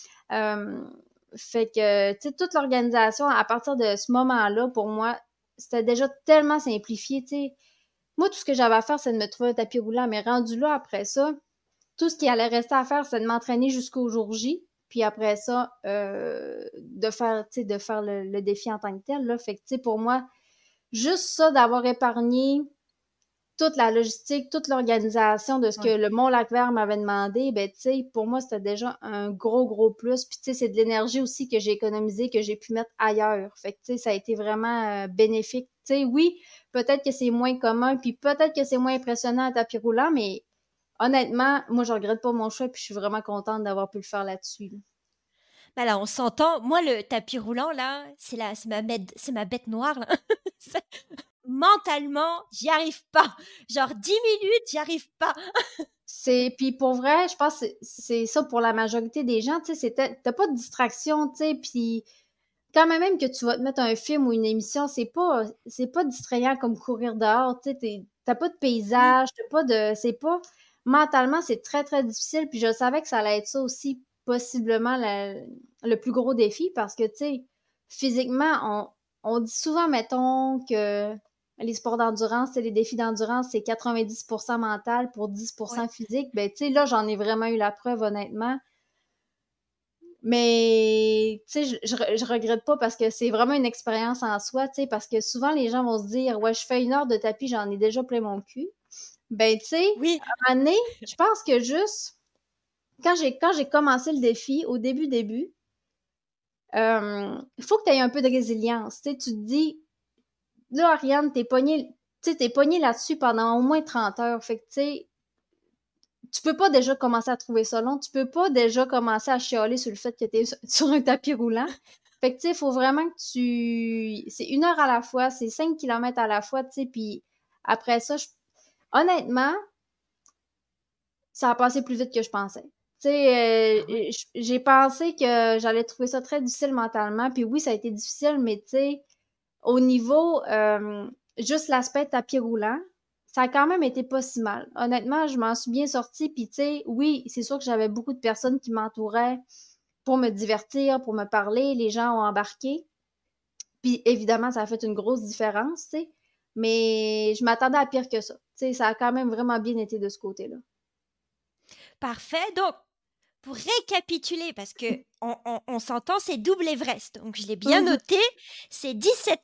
Fait que, tu sais, toute l'organisation, à partir de ce moment-là, pour moi, c'était déjà tellement simplifié. Tu sais, moi, tout ce que j'avais à faire, c'est de me trouver un tapis roulant. Mais rendu là, après ça, tout ce qui allait rester à faire, c'est de m'entraîner jusqu'au jour J. Puis après ça, de faire le défi en tant que tel. Là. Fait que, tu sais, pour moi, juste ça, d'avoir épargné toute la logistique, toute l'organisation de ce que Ouais. le Mont-Lac-Vert m'avait demandé, ben, tu sais, pour moi, c'était déjà un gros, gros plus. Puis, tu sais, c'est de l'énergie aussi que j'ai économisée, que j'ai pu mettre ailleurs. Fait que, tu sais, ça a été vraiment bénéfique. Tu sais, oui, peut-être que c'est moins commun, puis peut-être que c'est moins impressionnant à tapis roulant, mais honnêtement, moi, je regrette pas mon choix, puis je suis vraiment contente d'avoir pu le faire là-dessus, là. Bah là, on s'entend. Moi, le tapis roulant, là, c'est ma bête noire, là. C'est- Mentalement, j'y arrive pas. Genre 10 minutes, j'y arrive pas. Puis pour vrai, je pense que c'est ça pour la majorité des gens, tu sais, t'as pas de distraction, tu sais, puis quand même que tu vas te mettre un film ou une émission, c'est pas distrayant comme courir dehors, tu sais, t'as pas de Oui, paysage, t'as pas de, c'est pas, mentalement, c'est très, très difficile, puis je savais que ça allait être ça aussi, possiblement, le plus gros défi, parce que, tu sais, physiquement, on dit souvent, mettons, que les sports d'endurance, les défis d'endurance, c'est 90% mental pour ouais. 10% physique. Ben, tu sais, là, j'en ai vraiment eu la preuve, honnêtement. Mais, tu sais, je regrette pas parce que c'est vraiment une expérience en soi, tu sais, parce que souvent, les gens vont se dire, ouais, je fais 1 heure de tapis, j'en ai déjà plein mon cul. Ben, tu sais, Oui, à un moment donné, je pense que juste, quand j'ai commencé le défi, au début, il faut que tu aies un peu de résilience. Tu sais, tu te dis, là, Ariane, t'es pogné là-dessus pendant au moins 30 heures. Fait que, tu sais, tu peux pas déjà commencer à trouver ça long. Tu peux pas déjà commencer à chialer sur le fait que t'es sur un tapis roulant. Fait que, tu sais, il faut vraiment que c'est 1 heure à la fois, c'est 5 kilomètres à la fois, tu sais, puis après ça, honnêtement, ça a passé plus vite que je pensais. Tu sais, ah ouais. j'ai pensé que j'allais trouver ça très difficile mentalement, puis oui, ça a été difficile, mais tu sais, au niveau, juste l'aspect tapis roulant, ça a quand même été pas si mal. Honnêtement, je m'en suis bien sortie. Puis, tu sais, oui, c'est sûr que j'avais beaucoup de personnes qui m'entouraient pour me divertir, pour me parler. Les gens ont embarqué. Puis, évidemment, ça a fait une grosse différence, tu sais. Mais je m'attendais à pire que ça. Tu sais, ça a quand même vraiment bien été de ce côté-là. Parfait. Donc, pour récapituler, parce que on s'entend, c'est double Everest. Donc, je l'ai bien Mhm. noté. C'est 17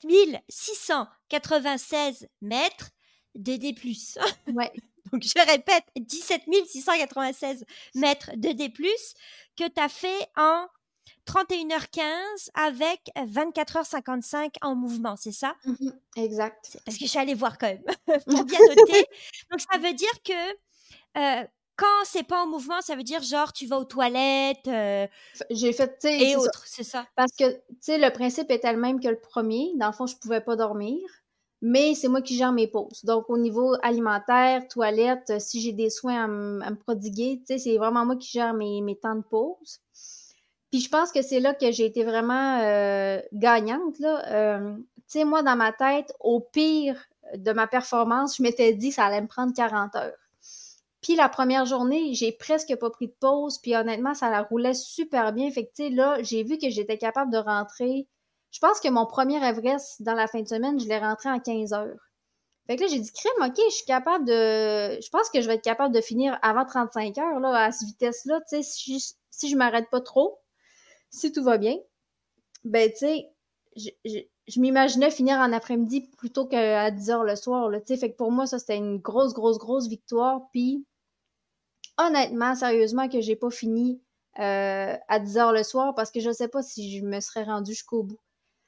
696 mètres de D+. Ouais. Donc, je répète, 17 696 mètres de D+, que tu as fait en 31h15 avec 24h55 en mouvement, c'est ça? Mhm. Exact. C'est parce que je suis allée voir quand même pour bien noter. Donc, ça veut dire que quand c'est pas en mouvement, ça veut dire genre tu vas aux toilettes J'ai fait, tu sais, et c'est ça. autres, c'est ça? Parce que, tu sais, le principe était le même que le premier. Dans le fond, je pouvais pas dormir, mais c'est moi qui gère mes pauses. Donc, au niveau alimentaire, toilette, si j'ai des soins à me prodiguer, tu sais, c'est vraiment moi qui gère mes temps de pause. Puis je pense que c'est là que j'ai été vraiment gagnante, là. Tu sais, moi, dans ma tête, au pire de ma performance, je m'étais dit que ça allait me prendre 40 heures. Puis la première journée, j'ai presque pas pris de pause, puis honnêtement, ça la roulait super bien. Fait que, tu sais, là, j'ai vu que j'étais capable de rentrer. Je pense que mon premier Everest dans la fin de semaine, je l'ai rentré en 15 heures. Fait que là, j'ai dit, crème, OK, je suis capable de. Je pense que je vais être capable de finir avant 35 heures, là, à cette vitesse-là, tu sais, si je m'arrête pas trop, si tout va bien. Ben, tu sais, je m'imaginais finir en après-midi plutôt qu'à 10 heures le soir, là, tu sais. Fait que pour moi, ça, c'était une grosse, grosse, grosse victoire. Puis, honnêtement, sérieusement, que j'ai pas fini à 10 heures le soir parce que je sais pas si je me serais rendue jusqu'au bout.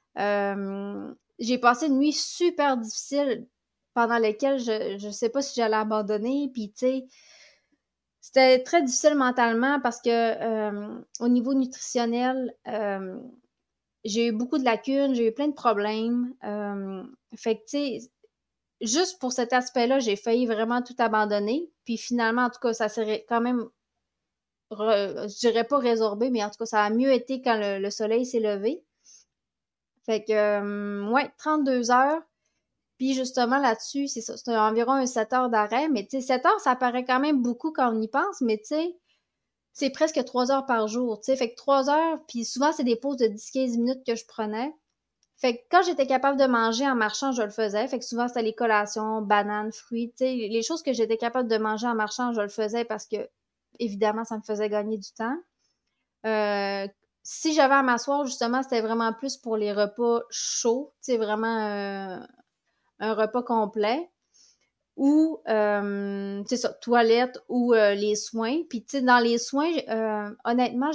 J'ai passé une nuit super difficile pendant laquelle je sais pas si j'allais abandonner. Puis, tu sais, c'était très difficile mentalement parce que au niveau nutritionnel, j'ai eu beaucoup de lacunes, j'ai eu plein de problèmes. Fait que, tu sais, juste pour cet aspect-là, j'ai failli vraiment tout abandonner. Puis finalement, en tout cas, ça s'est quand même je dirais pas résorbé, mais en tout cas, ça a mieux été quand le soleil s'est levé. Fait que, ouais, 32 heures. Puis justement, là-dessus, c'est ça, c'est environ un 7 heures d'arrêt. Mais tu sais, 7 heures, ça paraît quand même beaucoup quand on y pense, mais tu sais, c'est presque 3 heures par jour, tu sais. Fait que 3 heures, puis souvent, c'est des pauses de 10-15 minutes que je prenais. Fait que quand j'étais capable de manger en marchant, je le faisais. Fait que souvent, c'était les collations, bananes, fruits, tu sais, les choses que j'étais capable de manger en marchant, je le faisais parce que, évidemment, ça me faisait gagner du temps. Euh, Si j'avais à m'asseoir, justement, c'était vraiment plus pour les repas chauds, tu sais, vraiment un repas complet ou, c'est ça, toilette ou les soins. Puis, tu sais, dans les soins, honnêtement,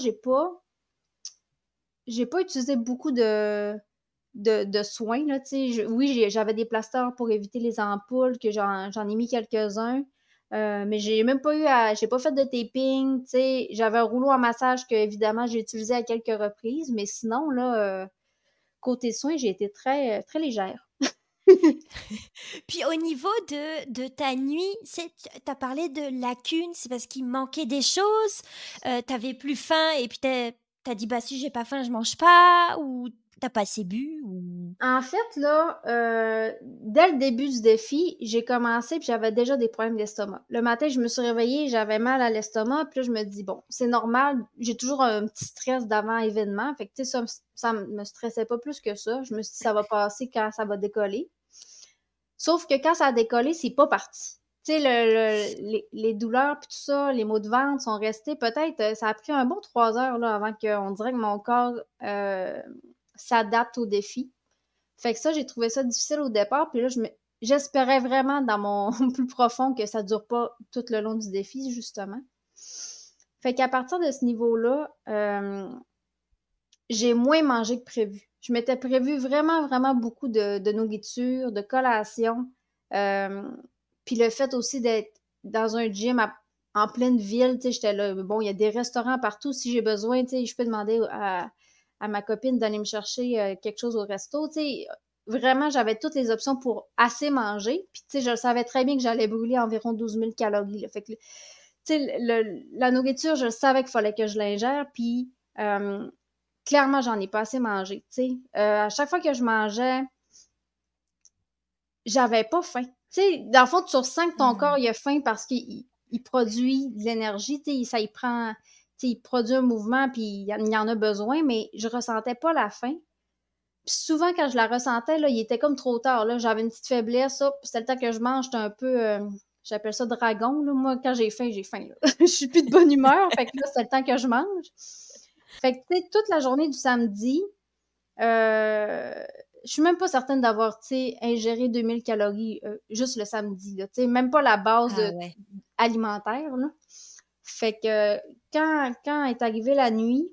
j'ai pas utilisé beaucoup de soins, là, tu sais. Oui, j'avais des plasters pour éviter les ampoules, que j'en ai mis quelques-uns. Mais j'ai pas fait de taping, tu sais. J'avais un rouleau à massage que, évidemment, j'ai utilisé à quelques reprises. Mais sinon, là, côté soins, j'ai été très, très légère. Puis au niveau de ta nuit, tu as parlé de lacunes, c'est parce qu'il manquait des choses, t'avais plus faim et puis t'as dit bah si j'ai pas faim je mange pas ou t'as pas assez bu ou... En fait, là, dès le début du défi, j'ai commencé puis j'avais déjà des problèmes d'estomac. Le matin, je me suis réveillée, j'avais mal à l'estomac, puis là, je me dis, bon, c'est normal, j'ai toujours un petit stress d'avant événement, fait que, tu sais, ça me stressait pas plus que ça. Je me suis dit, ça va passer quand ça va décoller. Sauf que quand ça a décollé, c'est pas parti. Tu sais, les douleurs puis tout ça, les maux de ventre sont restés peut-être, ça a pris un bon 3 heures, là, avant qu'on dirait que mon corps s'adapte au défi. Fait que ça, j'ai trouvé ça difficile au départ. Puis là, j'espérais vraiment dans mon plus profond que ça dure pas tout le long du défi, justement. Fait qu'à partir de ce niveau-là, j'ai moins mangé que prévu. Je m'étais prévu vraiment, vraiment beaucoup de nourriture, de collations. Euh, Puis le fait aussi d'être dans un gym en pleine ville, tu sais, j'étais là, bon, il y a des restaurants partout. Si j'ai besoin, tu sais, je peux demander à ma copine d'aller me chercher quelque chose au resto, tu sais. Vraiment, j'avais toutes les options pour assez manger. Puis, tu sais, je savais très bien que j'allais brûler environ 12 000 calories, là. Fait que, tu sais, la nourriture, je savais qu'il fallait que je l'ingère. Puis, clairement, j'en ai pas assez mangé, tu sais. À chaque fois que je mangeais, j'avais pas faim. Tu sais, dans le fond, tu ressens que ton corps, il a faim parce qu'il produit de l'énergie, tu sais, ça il prend, tu sais, il produit un mouvement, puis il en a besoin, mais je ressentais pas la faim. Puis souvent, quand je la ressentais, là, il était comme trop tard, là, j'avais une petite faiblesse, ça, puis c'était le temps que je mange, j'étais un peu, j'appelle ça dragon, là. Moi, quand j'ai faim, là. Je suis plus de bonne humeur, fait que là, c'est le temps que je mange. Fait que, tu sais, toute la journée du samedi, je suis même pas certaine d'avoir, tu sais, ingéré 2000 calories juste le samedi, là. Tu sais, même pas la base Ah ouais. alimentaire, là. Fait que quand est arrivée la nuit,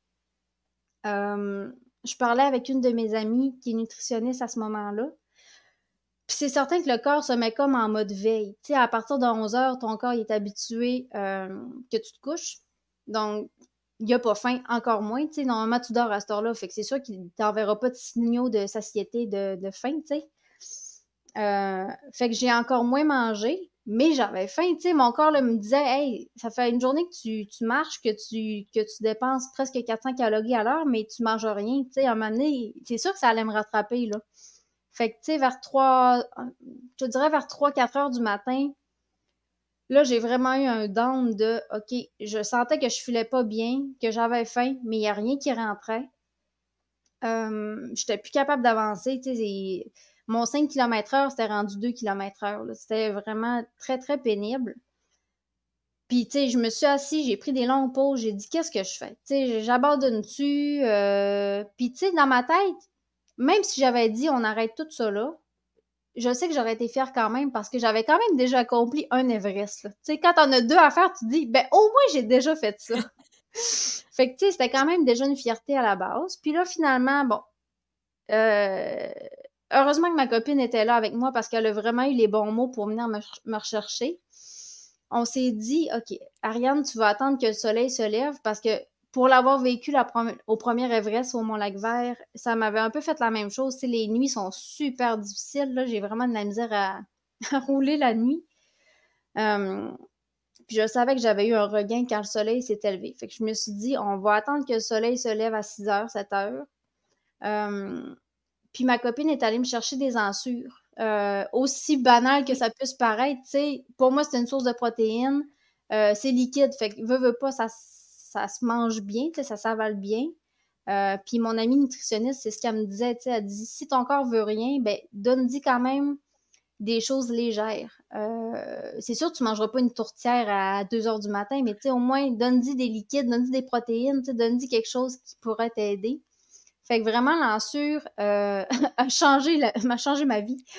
je parlais avec une de mes amies qui est nutritionniste à ce moment-là. Puis c'est certain que le corps se met comme en mode veille. Tu sais, à partir de 11 heures, ton corps il est habitué que tu te couches. Donc, il n'y a pas faim, encore moins. Tu sais, normalement, tu dors à cette heure-là. Fait que c'est sûr qu'il t'enverra pas de signaux de satiété, de faim, tu sais. Fait que j'ai encore moins mangé, mais j'avais faim, tu sais. Mon corps là, me disait, hey, ça fait une journée que tu marches, que tu dépenses presque 400 calories à l'heure, mais tu manges rien, tu sais. À un moment donné, c'est sûr que ça allait me rattraper, là. Fait que, tu sais, je te dirais vers 3-4 heures du matin, là, j'ai vraiment eu un down de, OK, je sentais que je filais pas bien, que j'avais faim, mais il n'y a rien qui rentrait. J'étais plus capable d'avancer, tu sais, mon 5 km/h, c'était rendu 2 km/h, là. C'était vraiment très, très pénible. Puis, tu sais, je me suis assise, j'ai pris des longues pauses, j'ai dit, qu'est-ce que je fais? Tu sais, j'abandonne-tu? Puis, tu sais, dans ma tête, même si j'avais dit, on arrête tout ça là, je sais que j'aurais été fière quand même parce que j'avais quand même déjà accompli un Everest, là. Tu sais, quand t'en as deux à faire, tu te dis, ben, au moins, j'ai déjà fait ça. Fait que, tu sais, c'était quand même déjà une fierté à la base. Puis là, finalement, bon, euh, heureusement que ma copine était là avec moi parce qu'elle a vraiment eu les bons mots pour venir me rechercher. On s'est dit, OK, Ariane, tu vas attendre que le soleil se lève parce que pour l'avoir vécu au premier Everest au Mont-Lac-Vert, ça m'avait un peu fait la même chose. Tu sais, les nuits sont super difficiles. Là. J'ai vraiment de la misère à rouler la nuit. Puis je savais que j'avais eu un regain quand le soleil s'est élevé. Fait que je me suis dit, on va attendre que le soleil se lève à 6 heures, 7 heures. Puis ma copine est allée me chercher des ensures. Aussi banal que ça puisse paraître, tu sais, pour moi, c'est une source de protéines. C'est liquide, fait que veut pas, ça se mange bien, tu sais, ça s'avale bien. Puis mon amie nutritionniste, c'est ce qu'elle me disait, tu sais, elle dit, si ton corps veut rien, ben donne-y quand même des choses légères. C'est sûr, tu mangeras pas une tourtière à 2 heures du matin, mais tu sais, au moins, donne-y des liquides, donne-y des protéines, tu sais, donne-y quelque chose qui pourrait t'aider. Fait que vraiment, l'ensure m'a changé ma vie.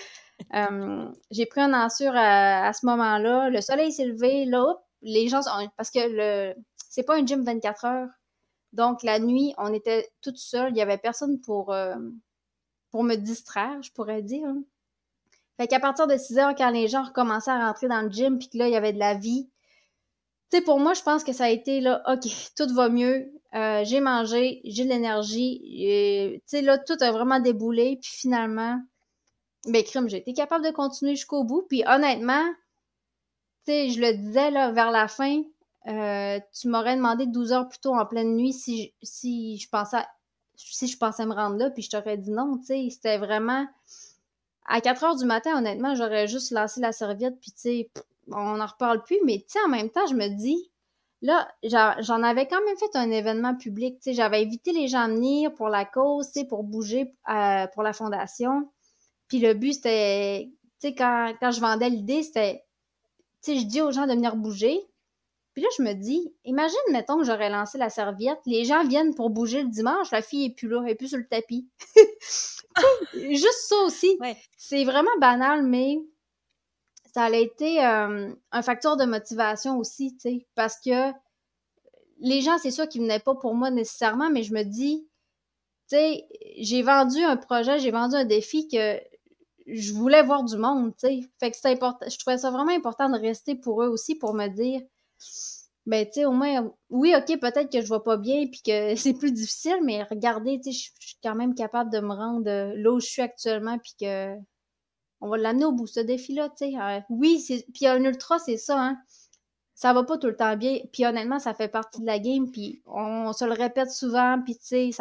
J'ai pris un ensure à ce moment-là. Le soleil s'est levé, là, hop, les gens... Parce que c'est pas un gym 24 heures. Donc, la nuit, on était toutes seules. Il y avait personne pour me distraire, je pourrais dire. Hein. Fait qu'à partir de 6 heures, quand les gens recommençaient à rentrer dans le gym, puis que là, il y avait de la vie, tu sais, pour moi, je pense que ça a été, là, OK, tout va mieux, j'ai mangé, j'ai de l'énergie, tu sais, là, tout a vraiment déboulé, puis finalement, ben, crime, j'ai été capable de continuer jusqu'au bout, puis honnêtement, tu sais, je le disais, là, vers la fin, tu m'aurais demandé 12 heures plus tôt en pleine nuit si je pensais me rendre là, puis je t'aurais dit non, tu sais, c'était vraiment... À 4 heures du matin, honnêtement, j'aurais juste lancé la serviette, puis tu sais, on n'en reparle plus, mais tu sais, en même temps, je me dis, là, j'en avais quand même fait un événement public, tu sais, j'avais invité les gens à venir pour la cause, tu sais, pour bouger pour la fondation, puis le but, c'était, tu sais, quand je vendais l'idée, c'était, tu sais, je dis aux gens de venir bouger, puis là, je me dis, imagine, mettons que j'aurais lancé la serviette, les gens viennent pour bouger le dimanche, la fille est plus là, elle est plus sur le tapis. Juste ça aussi. Ouais. C'est vraiment banal, mais ça a été un facteur de motivation aussi, tu sais, parce que les gens, c'est sûr qu'ils venaient pas pour moi nécessairement, mais je me dis, tu sais, j'ai vendu un projet, j'ai vendu un défi que je voulais voir du monde, tu sais. Fait que c'est important, je trouvais ça vraiment important de rester pour eux aussi, pour me dire, ben, tu sais, au moins, oui, OK, peut-être que je vais pas bien puis que c'est plus difficile, mais regardez, tu sais, je suis quand même capable de me rendre là où je suis actuellement puis que on va l'amener au bout, ce défi-là, tu sais. Oui, puis un ultra, c'est ça, hein. Ça va pas tout le temps bien. Puis honnêtement, ça fait partie de la game, puis on se le répète souvent, puis tu sais,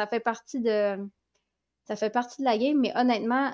ça fait partie de la game, mais honnêtement,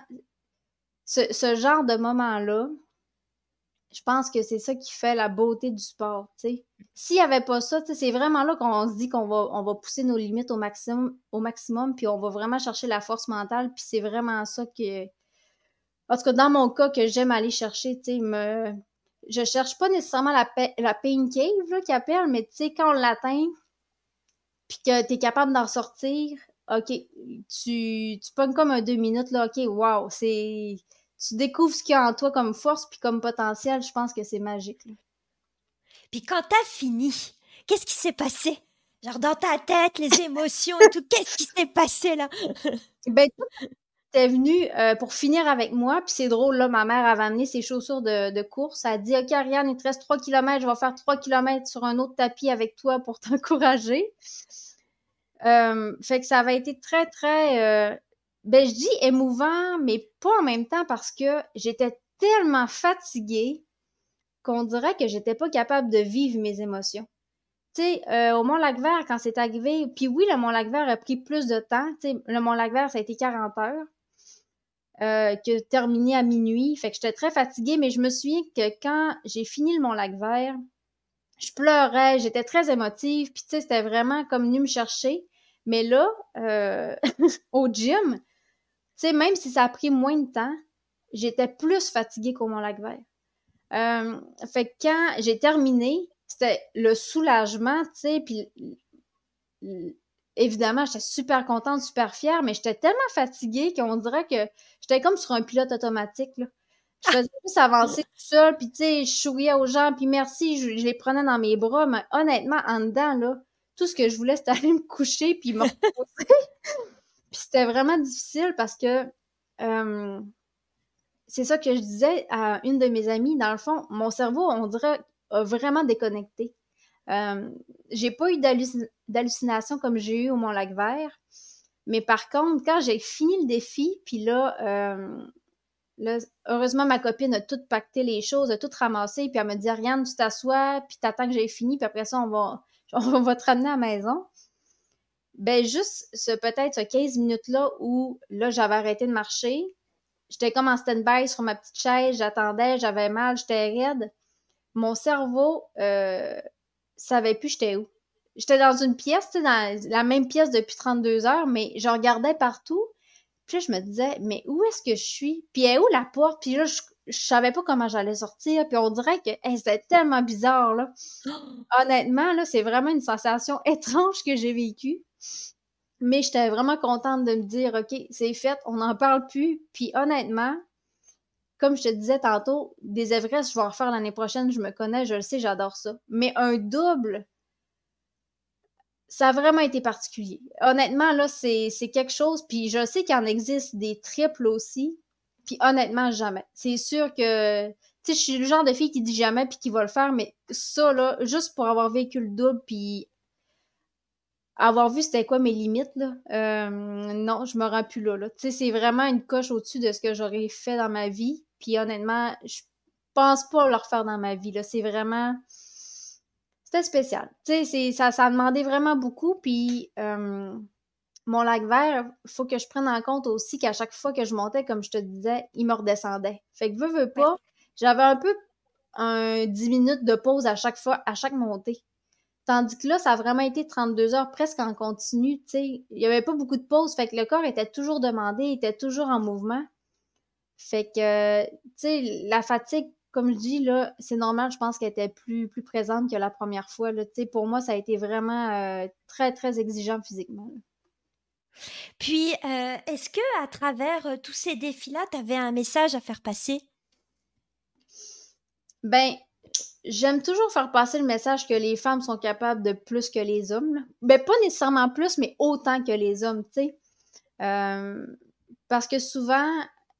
ce genre de moment-là, je pense que c'est ça qui fait la beauté du sport, tu sais. S'il y avait pas ça, tu sais, c'est vraiment là qu'on se dit on va pousser nos limites au maximum, puis on va vraiment chercher la force mentale, puis c'est vraiment ça que, en tout cas, dans mon cas, que j'aime aller chercher, tu sais, je cherche pas nécessairement la pain cave, là, qu'ils appellent, mais tu sais, quand on l'atteint, puis que t'es capable d'en sortir, OK, tu pognes comme un 2 minutes, là, OK, wow, tu découvres ce qu'il y a en toi comme force puis comme potentiel, je pense que c'est magique, là. Puis quand t'as fini, qu'est-ce qui s'est passé? Genre dans ta tête, les émotions et tout, qu'est-ce qui s'est passé là? Ben, t'es venu pour finir avec moi, puis c'est drôle, là, ma mère avait amené ses chaussures de course. Elle a dit, OK, Ariane, il te reste 3 kilomètres, je vais faire 3 kilomètres sur un autre tapis avec toi pour t'encourager. Fait que ça avait été très, très, ben, je dis émouvant, mais pas en même temps parce que j'étais tellement fatiguée qu'on dirait que j'étais pas capable de vivre mes émotions. Tu sais, au Mont-Lac-Vert, quand c'est arrivé, puis oui, le Mont-Lac-Vert a pris plus de temps. Tu sais, le Mont-Lac-Vert, ça a été 40 heures, que terminé à minuit. Fait que j'étais très fatiguée, mais je me souviens que quand j'ai fini le Mont-Lac-Vert, je pleurais, j'étais très émotive, puis tu sais, c'était vraiment comme venu me chercher. Mais là, au gym, tu sais, même si ça a pris moins de temps, j'étais plus fatiguée qu'au Mont-Lac-Vert. Fait que quand j'ai terminé, c'était le soulagement, tu sais, puis évidemment, j'étais super contente, super fière, mais j'étais tellement fatiguée qu'on dirait que j'étais comme sur un pilote automatique, là. Je faisais juste avancer tout seul, puis tu sais, je souriais aux gens, puis merci, je les prenais dans mes bras, mais honnêtement, en dedans, là, tout ce que je voulais, c'était aller me coucher, puis me reposer. Puis c'était vraiment difficile parce que c'est ça que je disais à une de mes amies. Dans le fond, mon cerveau, on dirait, a vraiment déconnecté. Euh, j'ai pas eu d'hallucination comme j'ai eu au Mont-Lac-Vert. Mais par contre, quand j'ai fini le défi, puis là, heureusement, ma copine a tout pacté les choses, a tout ramassé, puis elle me dit, Ariane, tu t'assois, puis t'attends que j'ai fini, puis après ça, on va te ramener à la maison. Ben, juste peut-être ce 15 minutes-là où, là, j'avais arrêté de marcher. J'étais comme en stand-by sur ma petite chaise, j'attendais, j'avais mal, j'étais raide. Mon cerveau savait plus j'étais où. J'étais dans une pièce, tu sais, dans la même pièce depuis 32 heures, mais je regardais partout. Puis là, je me disais, mais où est-ce que je suis? Puis elle est où la porte? Puis là, je savais pas comment j'allais sortir. Puis on dirait que c'était tellement bizarre, là. Honnêtement, là, c'est vraiment une sensation étrange que j'ai vécue. Mais j'étais vraiment contente de me dire, OK, c'est fait, on n'en parle plus. Puis honnêtement, comme je te disais tantôt, des Everest, je vais en refaire l'année prochaine, je me connais, je le sais, j'adore ça. Mais un double, ça a vraiment été particulier. Honnêtement, là, c'est quelque chose, puis je sais qu'il en existe des triples aussi, puis honnêtement, jamais. C'est sûr que, tu sais, je suis le genre de fille qui dit jamais puis qui va le faire, mais ça, là, juste pour avoir vécu le double puis avoir vu c'était quoi mes limites, là, non, je me rends plus là, là. Tu sais, c'est vraiment une coche au-dessus de ce que j'aurais fait dans ma vie, puis honnêtement, je pense pas le refaire dans ma vie, là. C'est vraiment... C'était spécial. Tu sais, ça a demandé vraiment beaucoup, puis mon lac vert, il faut que je prenne en compte aussi qu'à chaque fois que je montais, comme je te disais, il me redescendait. Fait que veux Ouais. pas, j'avais un peu un 10 minutes de pause à chaque fois, à chaque montée. Tandis que là, ça a vraiment été 32 heures presque en continu, tu sais. Il y avait pas beaucoup de pause, fait que le corps était toujours demandé, il était toujours en mouvement. Fait que, tu sais, la fatigue, comme je dis, là, c'est normal, je pense qu'elle était plus présente que la première fois, là. Tu sais, pour moi, ça a été vraiment très, très exigeant physiquement. Puis, est-ce que à travers tous ces défis-là, tu avais un message à faire passer? Ben, j'aime toujours faire passer le message que les femmes sont capables de plus que les hommes, là. Ben, pas nécessairement plus, mais autant que les hommes, tu sais. Euh, Parce que souvent,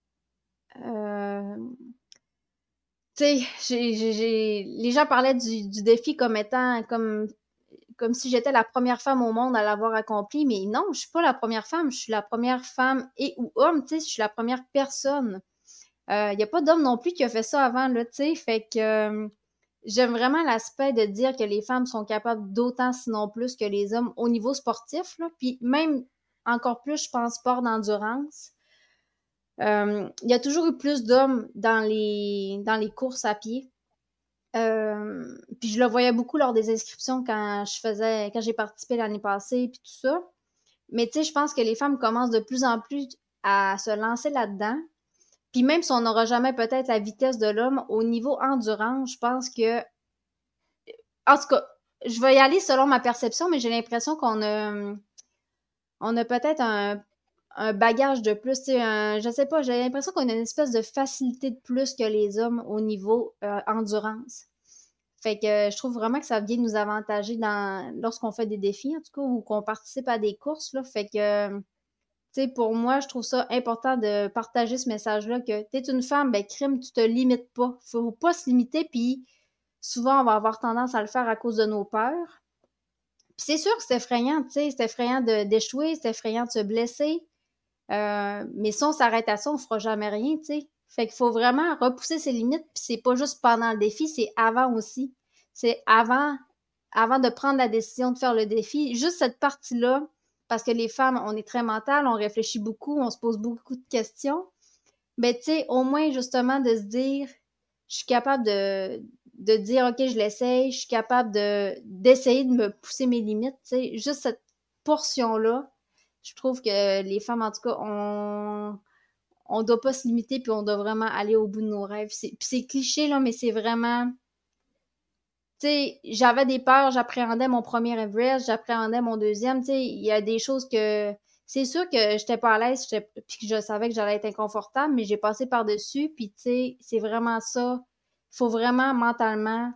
euh, tu sais, les gens parlaient du défi comme étant comme si j'étais la première femme au monde à l'avoir accompli, mais non, je suis pas la première femme, je suis la première femme et ou homme, tu sais, je suis la première personne. Il y a pas d'homme non plus qui a fait ça avant, là, tu sais, fait que j'aime vraiment l'aspect de dire que les femmes sont capables d'autant, sinon plus, que les hommes au niveau sportif, là, puis même encore plus, je pense, sport d'endurance. Il y a toujours eu plus d'hommes dans les courses à pied. Puis je le voyais beaucoup lors des inscriptions quand j'ai participé l'année passée, puis tout ça. Mais tu sais, je pense que les femmes commencent de plus en plus à se lancer là-dedans. Puis même si on n'aura jamais peut-être la vitesse de l'homme, au niveau endurance, je pense que, en tout cas, je vais y aller selon ma perception, mais j'ai l'impression on a peut-être un bagage de plus, tu sais, je sais pas, j'ai l'impression qu'on a une espèce de facilité de plus que les hommes au niveau endurance. Fait que je trouve vraiment que ça vient nous avantager lorsqu'on fait des défis, en tout cas, ou qu'on participe à des courses, là. Fait que, tu sais, pour moi, je trouve ça important de partager ce message-là que t'es une femme, ben, crime, tu te limites pas. Faut pas se limiter, puis souvent, on va avoir tendance à le faire à cause de nos peurs. Puis c'est sûr que c'est effrayant, tu sais, c'est effrayant d'échouer, c'est effrayant de se blesser. Mais si on s'arrête à ça, on fera jamais rien, tu sais. Fait qu'il faut vraiment repousser ses limites, puis c'est pas juste pendant le défi, c'est avant aussi. C'est avant de prendre la décision de faire le défi. Juste cette partie-là, parce que les femmes, on est très mentales, on réfléchit beaucoup, on se pose beaucoup de questions. Ben, tu sais, au moins, justement, de se dire, je suis capable de dire, OK, je l'essaye, je suis capable d'essayer de me pousser mes limites, tu sais. Juste cette portion-là, je trouve que les femmes, en tout cas, on doit pas se limiter puis on doit vraiment aller au bout de nos rêves. Puis c'est cliché, là, mais c'est vraiment... Tu sais, j'avais des peurs, j'appréhendais mon premier Everest, j'appréhendais mon deuxième, tu sais, il y a des choses que... C'est sûr que j'étais pas à l'aise, puis que je savais que j'allais être inconfortable, mais j'ai passé par-dessus, puis tu sais, c'est vraiment ça. Il faut vraiment mentalement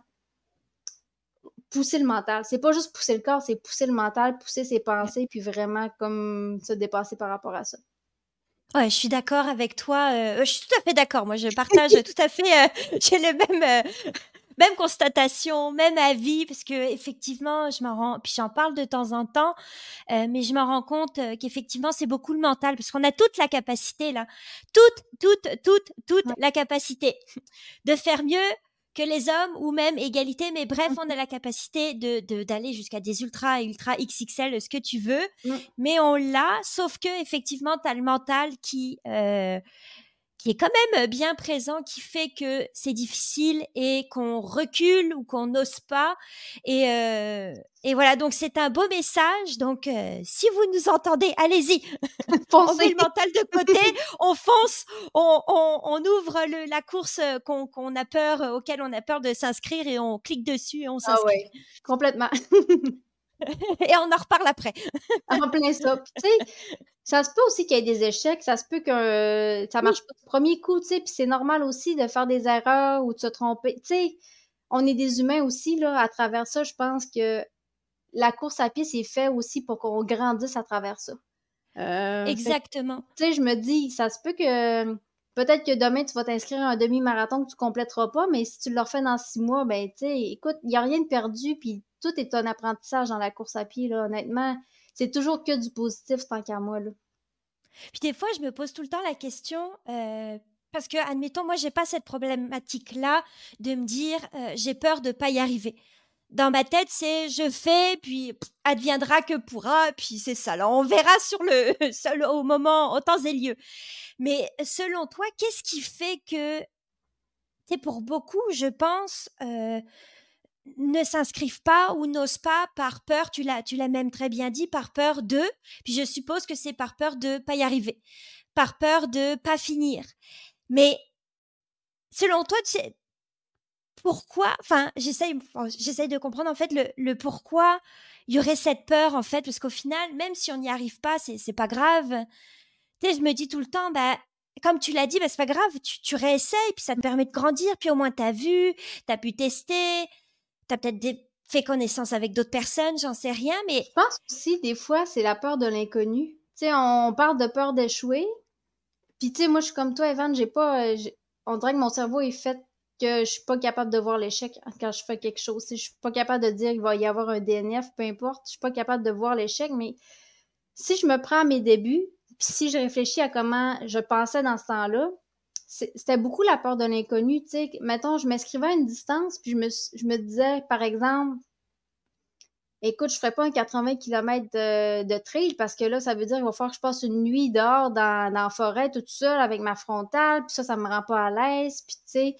pousser le mental. C'est pas juste pousser le corps, c'est pousser le mental, pousser ses pensées, puis vraiment comme se dépasser par rapport à ça. Ouais, je suis d'accord avec toi. Je suis tout à fait d'accord. Moi, je partage tout à fait. J'ai les mêmes constatations, même avis, parce que effectivement, je m'en rends. Puis j'en parle de temps en temps, mais je me rends compte qu'effectivement, c'est beaucoup le mental, parce qu'on a toute la capacité là, toute la capacité de faire mieux que les hommes ou même égalité, mais bref, on a la capacité d'aller jusqu'à des ultra XXL, ce que tu veux, Mm. mais on l'a, sauf que effectivement, tu as le mental qui est quand même bien présent, qui fait que c'est difficile et qu'on recule ou qu'on n'ose pas. Et voilà, donc c'est un beau message. Donc, si vous nous entendez, allez-y, on met Foncez! le mental de côté, on fonce, on ouvre la course qu'on a peur, auquel on a peur de s'inscrire et on clique dessus et on Ah s'inscrit. ouais, complètement. Et on en reparle après. En plein ça. Puis, tu sais, Ça se peut aussi qu'il y ait des échecs, ça se peut que ça Oui, marche pas du premier coup, tu sais, puis c'est normal aussi de faire des erreurs ou de se tromper. Tu sais, on est des humains aussi, là, à travers ça. Je pense que la course à pied, c'est fait aussi pour qu'on grandisse à travers ça. Fait que, exactement. tu sais, je me dis, ça se peut que peut-être que demain, tu vas t'inscrire à un demi-marathon que tu compléteras pas, mais si tu le refais dans 6 mois, ben, tu sais, écoute, il n'y a rien de perdu, puis tout est un apprentissage dans la course à pied, là, honnêtement. C'est toujours que du positif, tant qu'à moi, là. Puis des fois, je me pose tout le temps la question, parce que, admettons, moi, j'ai pas cette problématique-là de me dire, j'ai peur de pas y arriver. Dans ma tête, c'est je fais, puis adviendra que pourra, puis c'est ça. Là, on verra au moment, au temps et lieu. Mais selon toi, qu'est-ce qui fait que, tu sais, pour beaucoup, je pense, ne s'inscrivent pas ou n'osent pas par peur, tu l'as même très bien dit, par peur de, puis je suppose que c'est par peur de pas y arriver, par peur de pas finir. Mais selon toi, tu sais, pourquoi, j'essaye de comprendre en fait le pourquoi il y aurait cette peur en fait, parce qu'au final, même si on n'y arrive pas, c'est pas grave. Tu sais, je me dis tout le temps, bah, comme tu l'as dit, bah, c'est pas grave, tu réessayes, puis ça te permet de grandir, puis au moins t'as vu, t'as pu tester, t'as peut-être fait connaissance avec d'autres personnes, j'en sais rien, mais Je pense aussi, des fois, c'est la peur de l'inconnu. Tu sais, on parle de peur d'échouer. Puis, tu sais, moi, je suis comme toi, Evan, j'ai pas. On dirait que mon cerveau est fait que je suis pas capable de voir l'échec quand je fais quelque chose. Tu sais, je suis pas capable de dire qu'il va y avoir un DNF, peu importe. Je suis pas capable de voir l'échec, mais si je me prends à mes débuts, puis si je réfléchis à comment je pensais dans ce temps-là, c'était beaucoup la peur de l'inconnu. Tu sais, mettons, je m'inscrivais à une distance, puis je me disais, par exemple, écoute, je ferais pas un 80 km de trail parce que là, ça veut dire qu'il va falloir que je passe une nuit dehors dans la forêt toute seule avec ma frontale, puis ça me rend pas à l'aise. Puis tu sais,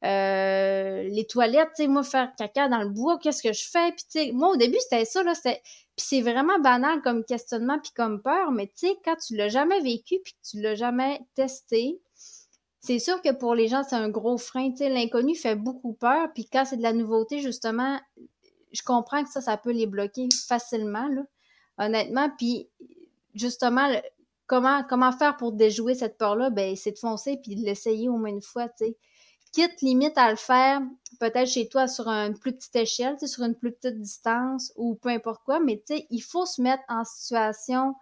les toilettes, tu sais, moi, faire caca dans le bois, qu'est-ce que je fais? Puis tu sais, moi, au début, c'était ça, là, Puis c'est vraiment banal comme questionnement puis comme peur, mais tu sais, quand tu l'as jamais vécu puis que tu l'as jamais testé, c'est sûr que pour les gens, c'est un gros frein. Tu sais, l'inconnu fait beaucoup peur, puis quand c'est de la nouveauté, justement, je comprends que ça peut les bloquer facilement, là, honnêtement. Puis, justement, comment faire pour déjouer cette peur-là? Ben, c'est de foncer puis de l'essayer au moins une fois, tu sais. Quitte limite à le faire, peut-être chez toi sur une plus petite échelle, tu sais, sur une plus petite distance ou peu importe quoi, mais tu sais, il faut se mettre en situation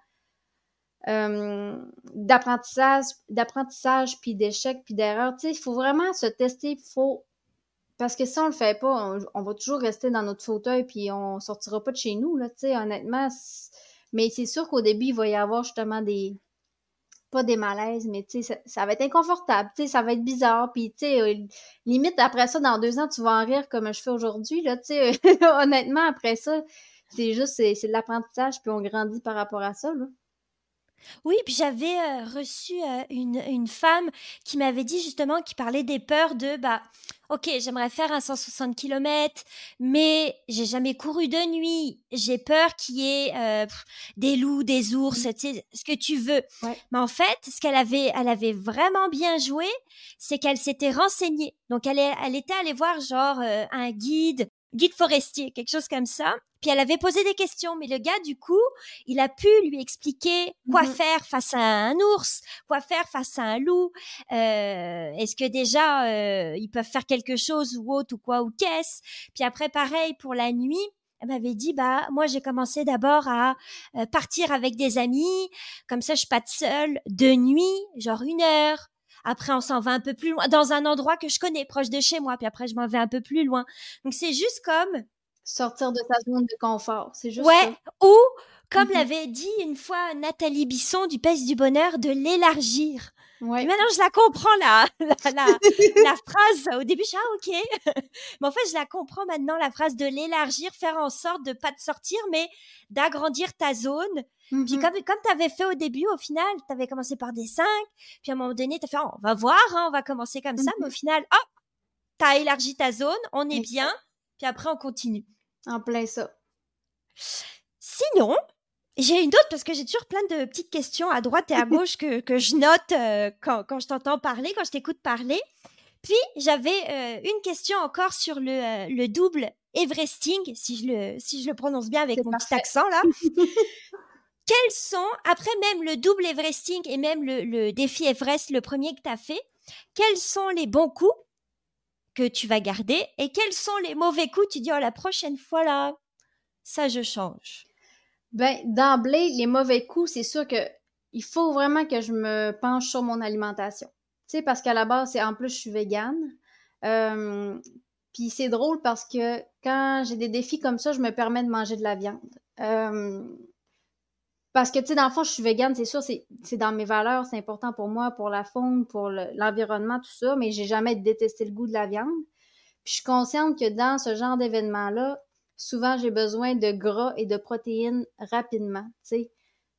d'apprentissage puis d'échec puis d'erreur. Tu sais, il faut vraiment se tester, parce que si on le fait pas, on va toujours rester dans notre fauteuil puis on sortira pas de chez nous, là, tu sais, honnêtement. Mais c'est sûr qu'au début, il va y avoir justement pas des malaises, mais tu sais, ça va être inconfortable, tu sais, ça va être bizarre, puis tu sais, limite, après ça, dans 2 ans, tu vas en rire comme je fais aujourd'hui, là, tu sais, honnêtement, après ça, c'est de l'apprentissage, puis on grandit par rapport à ça, là. oui, puis j'avais reçu une femme qui m'avait dit justement, qui parlait des peurs de, bah, ok, j'aimerais faire un 160 km, mais j'ai jamais couru de nuit. J'ai peur qu'il y ait des loups, des ours, Mm. tu sais, ce que tu veux. Ouais. Mais en fait, elle avait vraiment bien joué, c'est qu'elle s'était renseignée. Donc elle était allée voir genre un guide forestier, quelque chose comme ça. Puis elle avait posé des questions, mais le gars, du coup, il a pu lui expliquer quoi Mhm. faire face à un ours, quoi faire face à un loup. Est-ce que déjà ils peuvent faire quelque chose ou autre ou quoi ou qu'est-ce. Puis après, pareil pour la nuit. Elle m'avait dit, bah moi j'ai commencé d'abord à partir avec des amis, comme ça je pas seule de nuit, genre 1 heure. Après, on s'en va un peu plus loin, dans un endroit que je connais, proche de chez moi. Puis après, je m'en vais un peu plus loin. Donc, c'est juste comme Sortir de sa zone de confort, c'est juste ouais, ça. ou comme Mhm. l'avait dit une fois Nathalie Bisson du Pèse du Bonheur, de l'élargir. Puis Ouais. maintenant, je la comprends, la phrase. Au début, je suis, ah, ok. Mais en fait, je la comprends maintenant, la phrase de l'élargir, faire en sorte de pas te sortir, mais d'agrandir ta zone. Puis Mhm. comme tu avais fait au début, au final, tu avais commencé par des 5, puis à un moment donné, tu as fait, oh, on va voir, hein, on va commencer comme ça, mais au Mhm. final, hop, tu as élargi ta zone, on est bien, Exact. puis après, on continue. En plein ça. Sinon, j'ai une autre parce que j'ai toujours plein de petites questions à droite et à gauche que je note quand je t'entends parler, quand je t'écoute parler. Puis j'avais une question encore sur le double Everesting, si je le prononce bien avec C'est mon petit parfait. accent là. quels sont, après même le double Everesting et même le défi Everest, le premier que tu as fait, quels sont les bons coups que tu vas garder et quels sont les mauvais coups, tu dis, oh, la prochaine fois, là, ça, je change. Ben, d'emblée, les mauvais coups, c'est sûr que il faut vraiment que je me penche sur mon alimentation. Tu sais, parce qu'à la base, en plus, je suis végane. Euh, Puis c'est drôle parce que quand j'ai des défis comme ça, je me permets de manger de la viande. Euh, Parce que, tu sais, dans le fond, je suis végane, c'est sûr, c'est dans mes valeurs, c'est important pour moi, pour la faune, pour l'environnement, tout ça, mais j'ai jamais détesté le goût de la viande. Puis je suis consciente que dans ce genre d'événement-là, souvent, j'ai besoin de gras et de protéines rapidement, tu sais.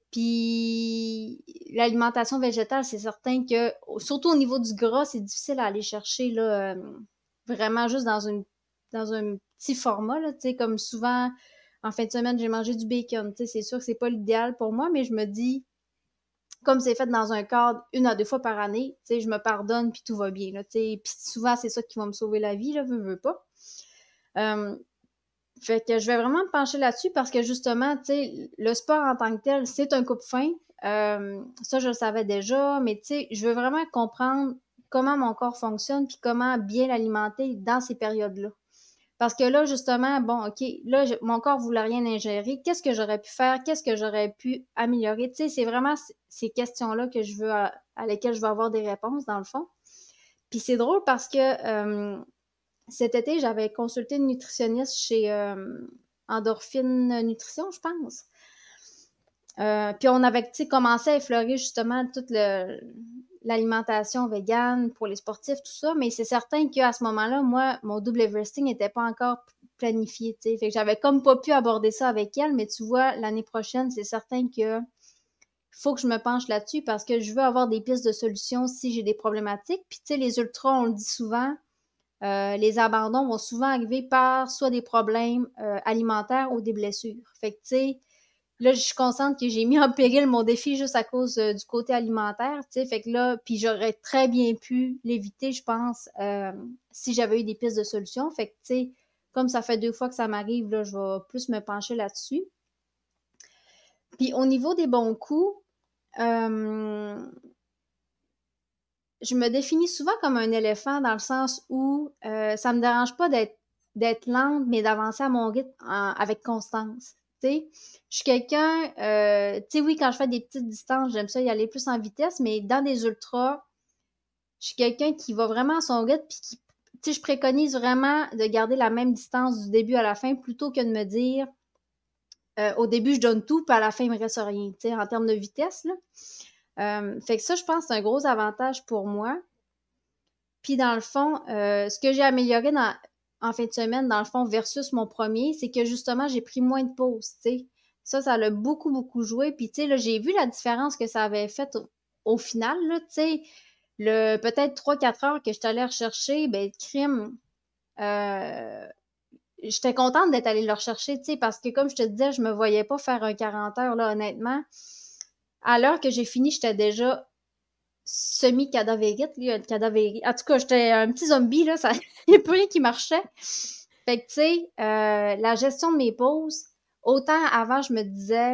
Puis l'alimentation végétale, c'est certain que, surtout au niveau du gras, c'est difficile à aller chercher, là, vraiment juste dans un petit format, là, tu sais, comme souvent, en fin de semaine, j'ai mangé du bacon, tu sais, c'est sûr que c'est pas l'idéal pour moi, mais je me dis, comme c'est fait dans un cadre 1 à 2 fois par année, tu sais, je me pardonne puis tout va bien, là, tu sais, puis souvent, c'est ça qui va me sauver la vie, là, veux pas. Euh, Fait que je vais vraiment me pencher là-dessus parce que justement, tu sais, le sport en tant que tel, c'est un coupe-faim. Ça, je le savais déjà, mais tu sais, je veux vraiment comprendre comment mon corps fonctionne puis comment bien l'alimenter dans ces périodes-là. Parce que là, justement, bon, OK, là, mon corps voulait rien ingérer. Qu'est-ce que j'aurais pu faire? Qu'est-ce que j'aurais pu améliorer? Tu sais, c'est vraiment ces questions-là que je veux, à lesquelles je veux avoir des réponses, dans le fond. Puis c'est drôle parce que cet été, j'avais consulté une nutritionniste chez Endorphine Nutrition, je pense. Puis on avait commencé à effleurer justement toute l'alimentation végane pour les sportifs, tout ça, mais c'est certain qu'à ce moment-là, moi, mon double Everesting n'était pas encore planifié, tu sais. Fait que j'avais comme pas pu aborder ça avec elle, mais tu vois, l'année prochaine, c'est certain que faut que je me penche là-dessus parce que je veux avoir des pistes de solutions si j'ai des problématiques. Puis tu sais, les ultras, on le dit souvent, les abandons vont souvent arriver par soit des problèmes alimentaires ou des blessures. Fait que, tu sais, là, je suis consciente que j'ai mis en péril mon défi juste à cause du côté alimentaire, tu sais. Fait que là, puis j'aurais très bien pu l'éviter, je pense, si j'avais eu des pistes de solutions. Fait que, tu sais, comme ça fait 2 fois que ça m'arrive, là, je vais plus me pencher là-dessus. Puis au niveau des bons coups, euh, je me définis souvent comme un éléphant dans le sens où ça me dérange pas d'être lente, mais d'avancer à mon rythme avec constance. Tu sais, je suis quelqu'un, tu sais, oui, quand je fais des petites distances, j'aime ça y aller plus en vitesse, mais dans des ultras, je suis quelqu'un qui va vraiment à son rythme, puis qui, tu sais, je préconise vraiment de garder la même distance du début à la fin plutôt que de me dire, au début, je donne tout, puis à la fin, il me reste rien, tu sais, en termes de vitesse, là. Fait que ça, je pense que c'est un gros avantage pour moi. Puis dans le fond, ce que j'ai amélioré en fin de semaine, dans le fond, versus mon premier, c'est que justement, j'ai pris moins de pauses, tu sais. Ça l'a beaucoup, beaucoup joué. Puis, tu sais, là, j'ai vu la différence que ça avait faite au final, là, tu sais. Le peut-être 3-4 heures que je suis allée rechercher, ben, crime, euh, j'étais contente d'être allée le rechercher, tu sais, parce que comme je te disais, je me voyais pas faire un 40 heures, là, honnêtement. À l'heure que j'ai fini, j'étais déjà semi-cadavérite, lui, cadavérite. En tout cas, j'étais un petit zombie, là, ça, il n'y a plus rien qui marchait. Fait que, tu sais, la gestion de mes pauses, autant avant, je me disais,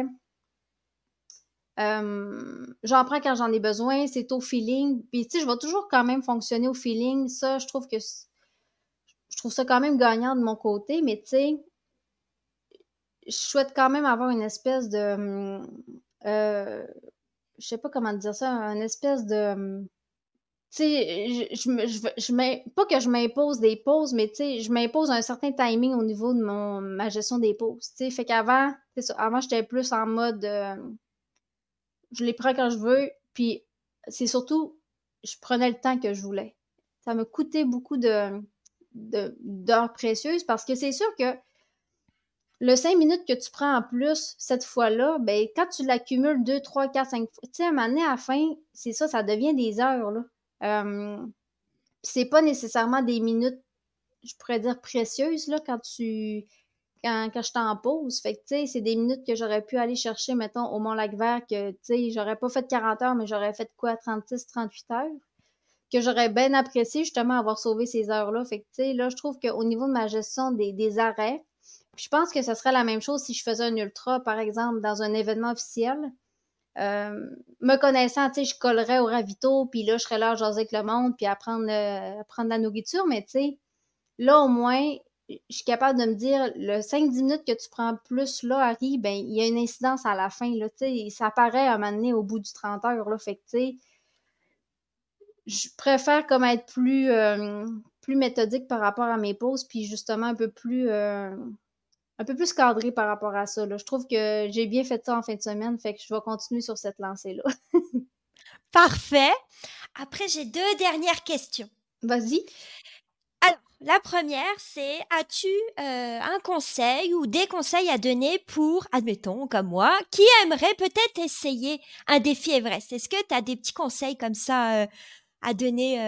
j'en prends quand j'en ai besoin, c'est au feeling. Puis, tu sais, je vais toujours quand même fonctionner au feeling. Ça, je trouve ça quand même gagnant de mon côté, mais tu sais, je souhaite quand même avoir une espèce de, je sais pas comment dire ça, une espèce de, tu sais, pas que je m'impose des pauses, mais tu sais, je m'impose un certain timing au niveau de ma gestion des pauses. Tu sais, fait qu'avant, c'est ça, avant, j'étais plus en mode, je les prends quand je veux, puis c'est surtout, je prenais le temps que je voulais. Ça me coûtait beaucoup d'heures précieuses parce que c'est sûr que le 5 minutes que tu prends en plus cette fois-là, ben, quand tu l'accumules 2, 3, 4, 5 fois, tu sais, à un moment donné, à la fin, c'est ça, ça devient des heures, là. C'est pas nécessairement des minutes, je pourrais dire précieuses, là, quand je t'en pose. Fait que, tu sais, c'est des minutes que j'aurais pu aller chercher, mettons, au Mont-Lac-Vert, que, tu sais, j'aurais pas fait 40 heures, mais j'aurais fait quoi, 36, 38 heures? Que j'aurais bien apprécié, justement, avoir sauvé ces heures-là. Fait que, tu sais, là, je trouve qu'au niveau de ma gestion des arrêts, Je pense que ce serait la même chose si je faisais un ultra, par exemple, dans un événement officiel. Me connaissant, tu sais, je collerais au ravito, puis là, je serais là à jaser avec le monde, puis à prendre la nourriture, mais tu sais, là, au moins, je suis capable de me dire, le 5-10 minutes que tu prends plus là, Harry, ben, il y a une incidence à la fin, là, tu sais, ça apparaît à un moment donné au bout du 30 heures, là, fait que, tu sais, je préfère comme être plus méthodique par rapport à mes pauses, puis justement un peu plus cadré par rapport à ça, là. Je trouve que j'ai bien fait ça en fin de semaine, fait que je vais continuer sur cette lancée-là. Parfait. Après, j'ai deux dernières questions. Vas-y. Alors, la première, c'est as-tu un conseil ou des conseils à donner pour, admettons, comme moi, qui aimerait peut-être essayer un défi Everest? Est-ce que tu as des petits conseils comme ça à donner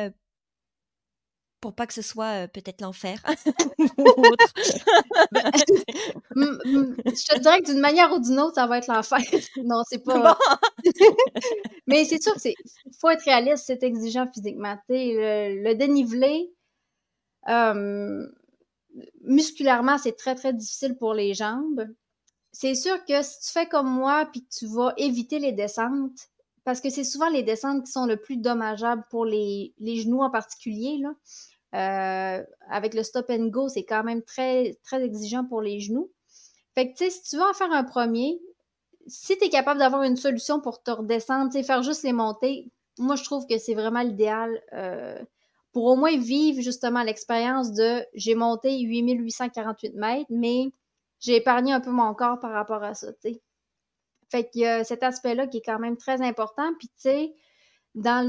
pour pas que ce soit peut-être l'enfer ou autre? Ben, je te dirais que d'une manière ou d'une autre, ça va être l'enfer. Non, c'est pas. Bon, Mais c'est sûr que faut être réaliste, c'est exigeant physiquement. Tu sais, le dénivelé, euh, musculairement, c'est très, très difficile pour les jambes. C'est sûr que si tu fais comme moi, puis que tu vas éviter les descentes, parce que c'est souvent les descentes qui sont le plus dommageables pour les genoux en particulier, là. Avec le stop and go, c'est quand même très, très exigeant pour les genoux. Fait que, tu sais, si tu veux en faire un premier, si tu es capable d'avoir une solution pour te redescendre, tu sais, faire juste les montées, moi, je trouve que c'est vraiment l'idéal pour au moins vivre justement l'expérience de j'ai monté 8848 mètres, mais j'ai épargné un peu mon corps par rapport à ça, tu sais. Fait qu'il y a cet aspect-là qui est quand même très important. Puis, tu sais, dans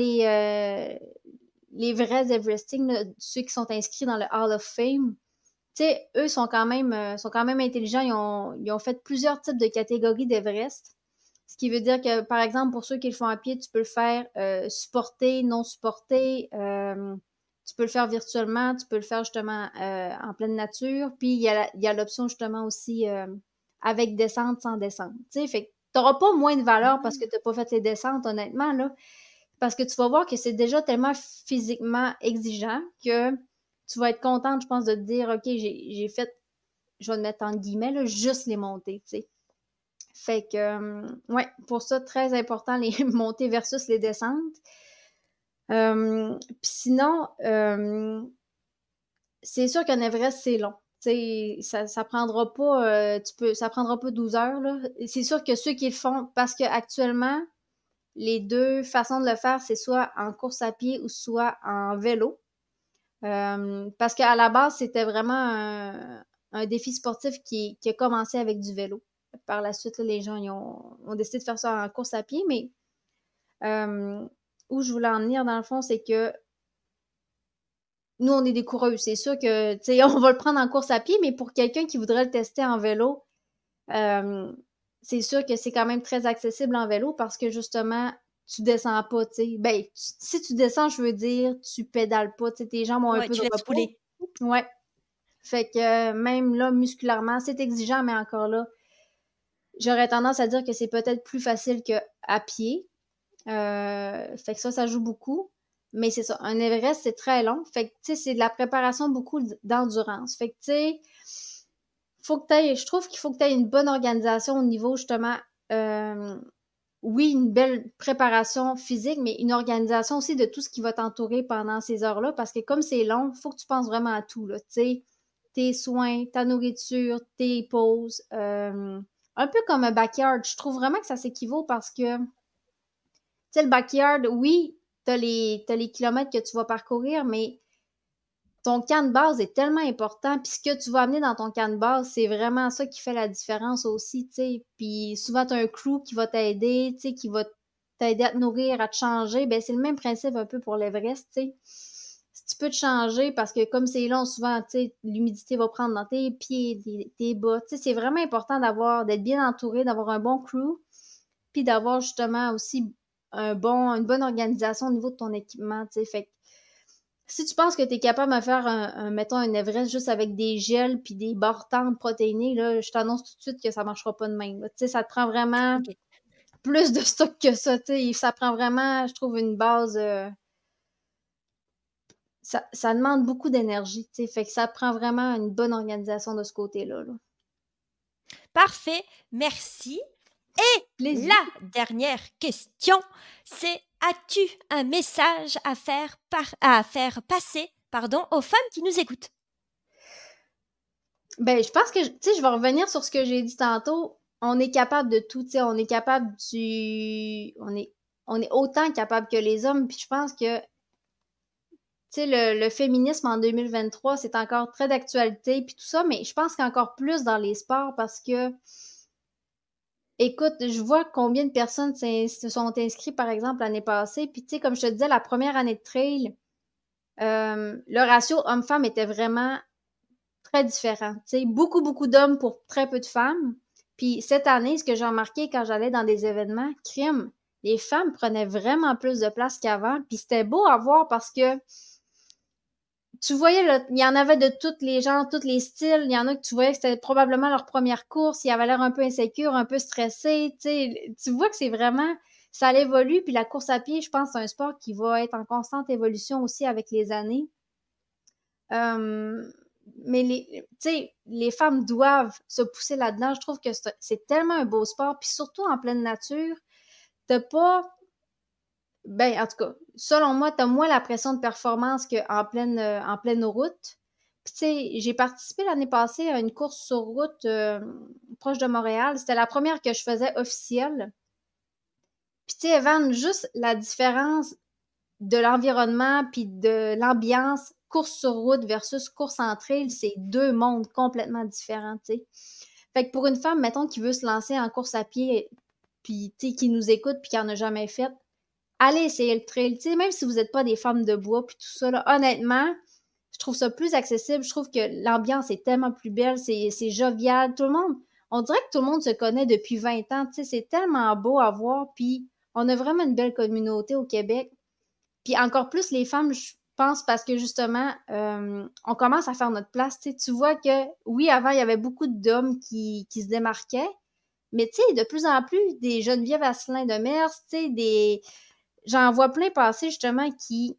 les vrais Everesting, là, ceux qui sont inscrits dans le Hall of Fame, tu sais, eux sont quand même intelligents. Ils ont fait plusieurs types de catégories d'Everest. Ce qui veut dire que, par exemple, pour ceux qui le font à pied, tu peux le faire supporté, non supporté. Tu peux le faire virtuellement, tu peux le faire justement en pleine nature. Puis, il y a l'option justement aussi avec descente, sans descente. Tu sais, fait que tu n'auras pas moins de valeur parce que tu n'as pas fait les descentes, honnêtement, là. Parce que tu vas voir que c'est déjà tellement physiquement exigeant que tu vas être contente, je pense, de te dire, OK, j'ai fait, je vais le mettre en guillemets, là, juste les montées, tu sais. Fait que, ouais, pour ça, très important, les montées versus les descentes. Puis sinon, c'est sûr qu'un Everest, c'est long. Tu sais, ça prendra pas, ça prendra pas 12 heures, là. C'est sûr que ceux qui le font, parce que actuellement, les deux façons de le faire, c'est soit en course à pied ou soit en vélo. Parce qu'à la base, c'était vraiment un défi sportif qui a commencé avec du vélo. Par la suite, là, les gens ont décidé de faire ça en course à pied, mais euh, où je voulais en venir, dans le fond, c'est que nous, on est des coureux. C'est sûr que, tu sais, on va le prendre en course à pied, mais pour quelqu'un qui voudrait le tester en vélo, euh, c'est sûr que c'est quand même très accessible en vélo parce que justement, tu descends pas, tu sais. Ben, si tu descends, je veux dire, tu pédales pas, tu sais, tes jambes ont un ouais, peu de tu laisses repos. couler. Ouais. Fait que même là, musculairement, c'est exigeant, mais encore là, j'aurais tendance à dire que c'est peut-être plus facile qu'à pied. Fait que ça joue beaucoup. Mais c'est ça, un Everest, c'est très long. Fait que, tu sais, c'est de la préparation beaucoup d'endurance. Fait que, tu sais, je trouve qu'il faut que tu aies une bonne organisation au niveau, justement, euh, oui, une belle préparation physique, mais une organisation aussi de tout ce qui va t'entourer pendant ces heures-là, parce que comme c'est long, il faut que tu penses vraiment à tout, là, tu sais, tes soins, ta nourriture, tes pauses, un peu comme un backyard. Je trouve vraiment que ça s'équivaut parce que, tu sais, le backyard, oui, t'as les kilomètres que tu vas parcourir, mais ton camp de base est tellement important, puis ce que tu vas amener dans ton camp de base, c'est vraiment ça qui fait la différence aussi, tu sais. Puis souvent, tu as un crew qui va t'aider, tu sais, qui va t'aider à te nourrir, à te changer. Ben, c'est le même principe un peu pour l'Everest, tu sais. Si tu peux te changer, parce que comme c'est long, souvent, tu sais, l'humidité va prendre dans tes pieds, tes bas. Tu sais, c'est vraiment important d'être bien entouré, d'avoir un bon crew, puis d'avoir justement aussi une bonne organisation au niveau de ton équipement, tu sais. Fait que si tu penses que tu es capable de faire mettons, un Everest juste avec des gels puis des barres tendres protéinées, là, je t'annonce tout de suite que ça marchera pas de même. Tu sais, ça te prend vraiment Ok. plus de stock que ça. Tu sais, ça prend vraiment, je trouve, une base. Ça demande beaucoup d'énergie. Tu sais, fait que ça prend vraiment une bonne organisation de ce côté-là. Là. Parfait, merci. Et Plaisir. la dernière question, c'est as-tu un message à faire passer aux femmes qui nous écoutent? Ben, je pense que, tu sais, je vais revenir sur ce que j'ai dit tantôt. On est capable de tout, tu sais, on est capable on est autant capable que les hommes, puis je pense que, tu sais, le féminisme en 2023, c'est encore très d'actualité, puis tout ça, mais je pense qu'encore plus dans les sports parce que, écoute, je vois combien de personnes se sont inscrites, par exemple, l'année passée, puis tu sais, comme je te disais, la première année de trail, le ratio homme-femme était vraiment très différent. Tu sais, beaucoup, beaucoup d'hommes pour très peu de femmes. Puis cette année, ce que j'ai remarqué quand j'allais dans des événements, crime, les femmes prenaient vraiment plus de place qu'avant. Puis c'était beau à voir parce que tu voyais, là, il y en avait de tous les genres, tous les styles. Il y en a que tu voyais que c'était probablement leur première course. Ils avaient l'air un peu insécures, un peu stressés. Tu sais, tu vois que c'est vraiment, ça évolue. Puis la course à pied, je pense, c'est un sport qui va être en constante évolution aussi avec les années. Mais les femmes doivent se pousser là-dedans. Je trouve que c'est tellement un beau sport. Puis surtout en pleine nature, t'as pas, ben, en tout cas, selon moi, t'as moins la pression de performance en pleine route. Puis tu sais, j'ai participé l'année passée à une course sur route proche de Montréal. C'était la première que je faisais officielle. Puis tu sais, Evan, juste la différence de l'environnement puis de l'ambiance, course sur route versus course en trail, c'est deux mondes complètement différents, tu sais. Fait que pour une femme, mettons, qui veut se lancer en course à pied, puis tu sais, qui nous écoute puis qui en a jamais fait, allez essayer le trail, tu sais, même si vous n'êtes pas des femmes de bois puis tout ça, là, honnêtement, je trouve ça plus accessible, je trouve que l'ambiance est tellement plus belle, c'est jovial, tout le monde, on dirait que tout le monde se connaît depuis 20 ans, tu sais, c'est tellement beau à voir, puis on a vraiment une belle communauté au Québec. Puis encore plus les femmes, je pense, parce que justement, on commence à faire notre place. Tu sais, tu vois que, oui, avant, il y avait beaucoup d'hommes qui se démarquaient, mais tu sais, de plus en plus, des Geneviève Asselin de Mers, tu sais, j'en vois plein passer justement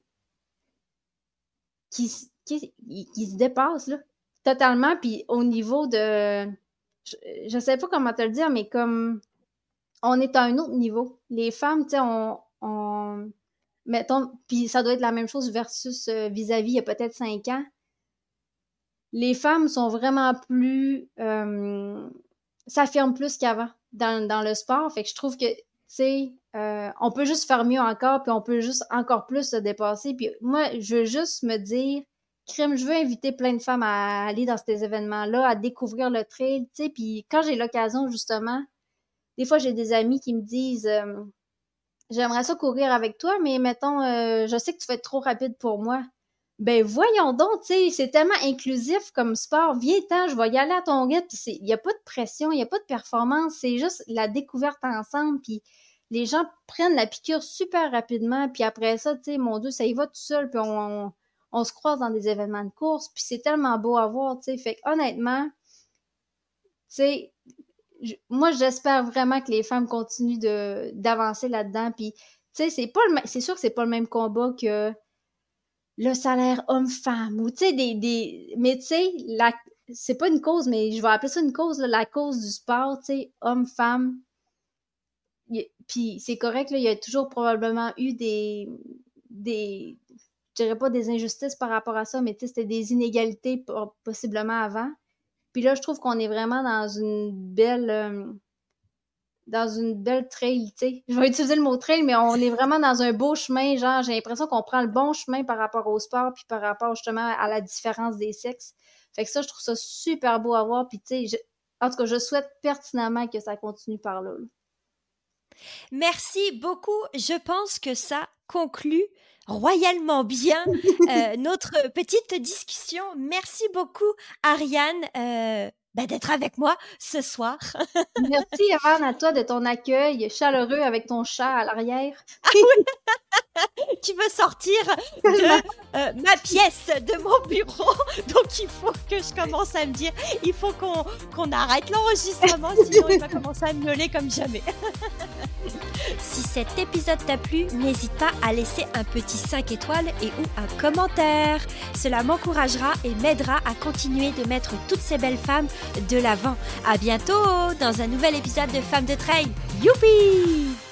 qui se dépassent, là, totalement. Puis au niveau de, je sais pas comment te le dire, mais comme, on est à un autre niveau. Les femmes, tu sais, mettons, puis ça doit être la même chose versus vis-à-vis il y a peut-être 5 ans. Les femmes sont vraiment plus s'affirment plus qu'avant dans le sport. Fait que je trouve que, tu sais, on peut juste faire mieux encore, puis on peut juste encore plus se dépasser. Puis moi, je veux juste me dire, crime, je veux inviter plein de femmes à aller dans ces événements-là, à découvrir le trail, tu sais. Puis quand j'ai l'occasion, justement, des fois, j'ai des amis qui me disent j'aimerais ça courir avec toi, mais mettons, je sais que tu vas être trop rapide pour moi. Ben voyons donc, tu sais, c'est tellement inclusif comme sport. Viens-t'en, je vais y aller à ton rythme. Il n'y a pas de pression, il n'y a pas de performance, c'est juste la découverte ensemble. Puis les gens prennent la piqûre super rapidement. Puis après ça, tu sais, mon Dieu, ça y va tout seul. Puis on se croise dans des événements de course. Puis c'est tellement beau à voir, tu sais. Fait que honnêtement, tu sais, moi, j'espère vraiment que les femmes continuent d'avancer là-dedans. Puis, tu sais, c'est sûr que c'est pas le même combat que le salaire homme-femme ou, tu sais, mais tu sais, c'est pas une cause, mais je vais appeler ça une cause, là, la cause du sport, tu sais, homme-femme. Puis, c'est correct, là, il y a toujours probablement eu je dirais pas des injustices par rapport à ça, mais tu sais, c'était des inégalités possiblement avant. Puis là, je trouve qu'on est vraiment dans une belle trail, tu sais. Je vais utiliser le mot trail, mais on est vraiment dans un beau chemin, genre, j'ai l'impression qu'on prend le bon chemin par rapport au sport, puis par rapport justement à la différence des sexes. Fait que ça, je trouve ça super beau à voir, puis tu sais, en tout cas, je souhaite pertinemment que ça continue par là. Merci beaucoup. Je pense que ça conclut royalement bien notre petite discussion. Merci beaucoup, Ariane, d'être avec moi ce soir. Merci, Evan, à toi de ton accueil chaleureux avec ton chat à l'arrière. Ah oui! Qui veut sortir de ma pièce, de mon bureau. Donc, il faut que je commence à me dire, il faut qu'on arrête l'enregistrement, sinon il va commencer à miauler comme jamais. Si cet épisode t'a plu, n'hésite pas à laisser un petit 5 étoiles et ou un commentaire. Cela m'encouragera et m'aidera à continuer de mettre toutes ces belles femmes de l'avant. À bientôt dans un nouvel épisode de Femmes de Trail. Youpi!